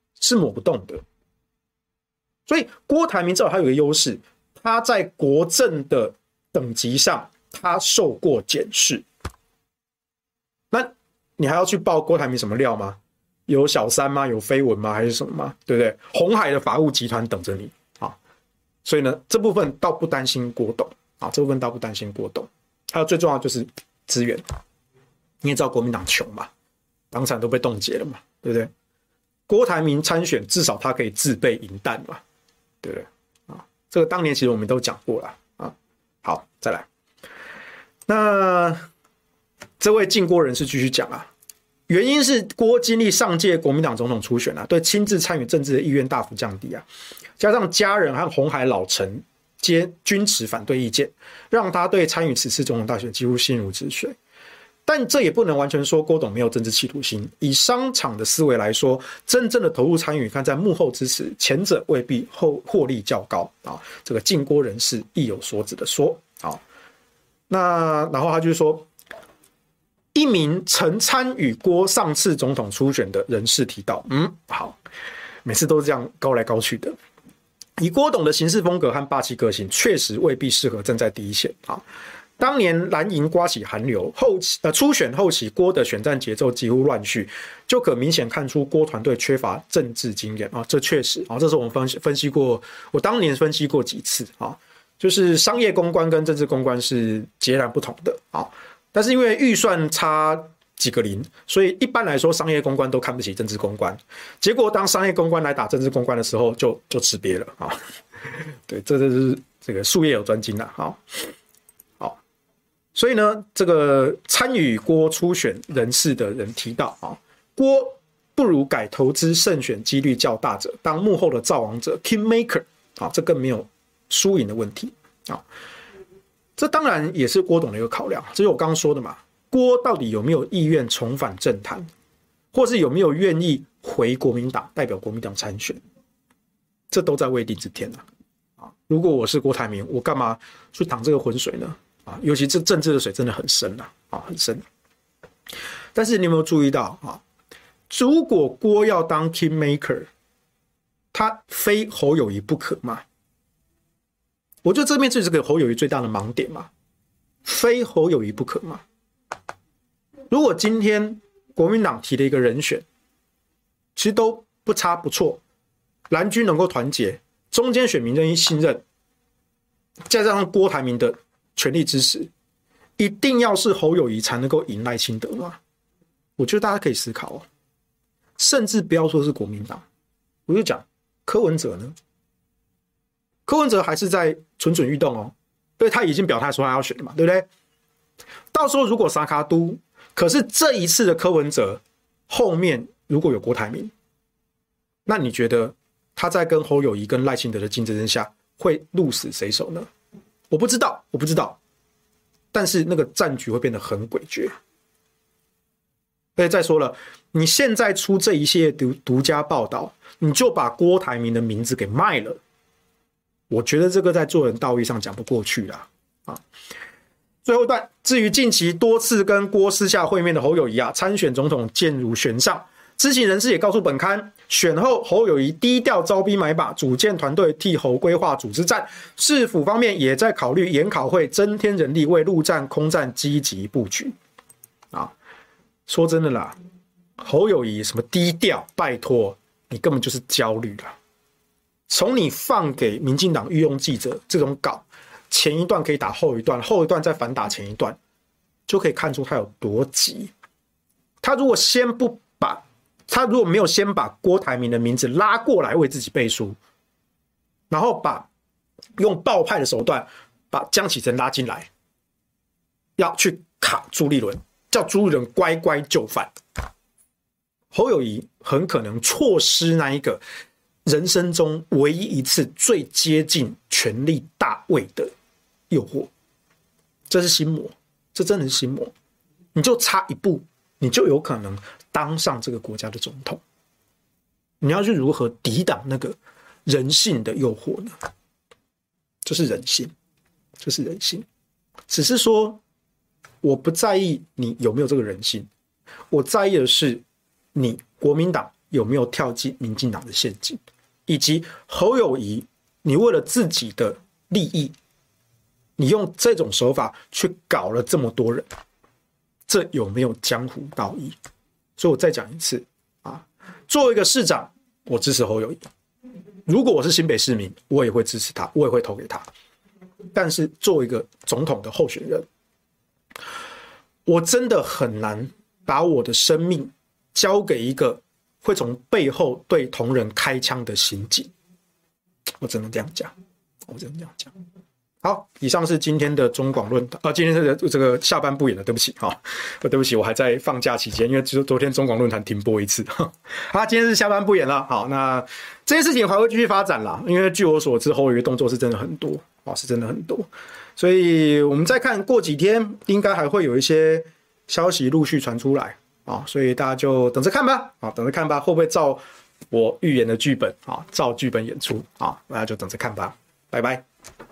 所以郭台铭至少他有个优势，他在国政的等级上他受过检视。那你还要去爆郭台铭什么料吗？有小三吗？有绯闻吗？还是什么吗？对不对？鸿海的法务集团等着你啊！所以呢，这部分倒不担心郭董。这部分倒不担心郭董，还有最重要的就是资源。你也知道国民党穷嘛，党产都被冻结了嘛，对不对？郭台铭参选，至少他可以自备银弹嘛，对不对？这个当年其实我们都讲过了啊。好，再来，那这位进郭人士继续讲啊，原因是郭经历上届国民党总统初选啊，对亲自参与政治的意愿大幅降低啊，加上家人和鸿海老臣皆均持反对意见，让他对参与此次总统大选几乎心如止水。但这也不能完全说郭董没有政治企图心。以商场的思维来说，真正的投入参与，看在幕后支持，前者未必获利较高啊。这个进郭人士意有所指的说啊。那然后他就说，一名曾参与郭上次总统初选的人士提到，好，每次都是这样高来高去的。以郭董的行事风格和霸气个性，确实未必适合站在第一线啊。当年蓝营刮起寒流，初选后期郭的选战节奏几乎乱序，就可明显看出郭团队缺乏政治经验啊。这确实啊，这是我们分析过，我当年分析过几次啊，就是商业公关跟政治公关是截然不同的啊。但是因为预算差几个零，所以一般来说商业公关都看不起政治公关，结果当商业公关来打政治公关的时候就吃瘪了啊。对，这就是这个术业有专精啦。好，所以呢，这个参与郭初选人士的人提到啊，郭不如改投资胜选几率较大者，当幕后的造王者 King Maker 啊，这更没有输赢的问题啊。这当然也是郭董的一个考量，这是我刚刚说的嘛。郭到底有没有意愿重返政坛，或是有没有愿意回国民党代表国民党参选，这都在未定之天啊！如果我是郭台铭，我干嘛去淌这个浑水呢？尤其这政治的水真的很深很深。但是你有没有注意到啊？如果郭要当 King Maker， 他非侯友宜不可吗？我觉得这边就是个侯友宜最大的盲点嘛，非侯友宜不可吗？如果今天国民党提的一个人选，其实都不差不错，蓝军能够团结，中间选民愿意信任，再加上郭台铭的全力支持，一定要是侯友宜才能够赢赖清德吗？我觉得大家可以思考甚至不要说是国民党，我就讲柯文哲呢，柯文哲还是在蠢蠢欲动对，他已经表态说他要选了嘛，对不对？到时候如果沙卡都可是这一次的柯文哲后面如果有郭台铭，那你觉得他在跟侯友宜跟赖清德的竞争之下会鹿死谁手呢？我不知道，但是那个战局会变得很诡谲。而且再说了，你现在出这一系列独家报道，你就把郭台铭的名字给卖了，我觉得这个在做人道义上讲不过去啦。最后一段，至于近期多次跟郭私下会面的侯友宜参选总统渐入悬上，知情人士也告诉本刊，选后侯友宜低调招兵买马，组建团队替侯规划组织战，市府方面也在考虑研考会增添人力，为陆战空战积极布局。说真的啦，侯友宜什么低调，拜托你根本就是焦虑啦。从你放给民进党御用记者这种稿，前一段可以打后一段，后一段再反打前一段，就可以看出他有多急。他如果没有先把郭台铭的名字拉过来为自己背书，然后用爆派的手段把江启臣拉进来，要去卡朱立伦，叫朱立伦乖乖就范，侯友宜很可能错失那一个人生中唯一一次最接近权力大位的诱惑。这是心魔，这真的是心魔。你就差一步，你就有可能当上这个国家的总统。你要去如何抵挡那个人性的诱惑呢？就是人性，就是人性。只是说，我不在意你有没有这个人性，我在意的是你国民党有没有跳进民进党的陷阱，以及侯友宜，你为了自己的利益，你用这种手法去搞了这么多人，这有没有江湖道义？所以我再讲一次作为一个市长，我支持侯友宜。如果我是新北市民，我也会支持他，我也会投给他。但是作为一个总统的候选人，我真的很难把我的生命交给一个会从背后对同仁开枪的刑警。我只能这样讲，好，以上是今天的中广论坛今天的这个下半部演了，对不起对不起，我还在放假期间，因为昨天中广论坛停播一次。好，今天是下半部演了。好，那这件事情还会继续发展啦，因为据我所知，侯友宜的动作是真的很多是真的很多，所以我们再看过几天，应该还会有一些消息陆续传出来所以大家就等着看吧等着看吧，会不会照我预言的剧本照剧本演出大家就等着看吧，拜拜。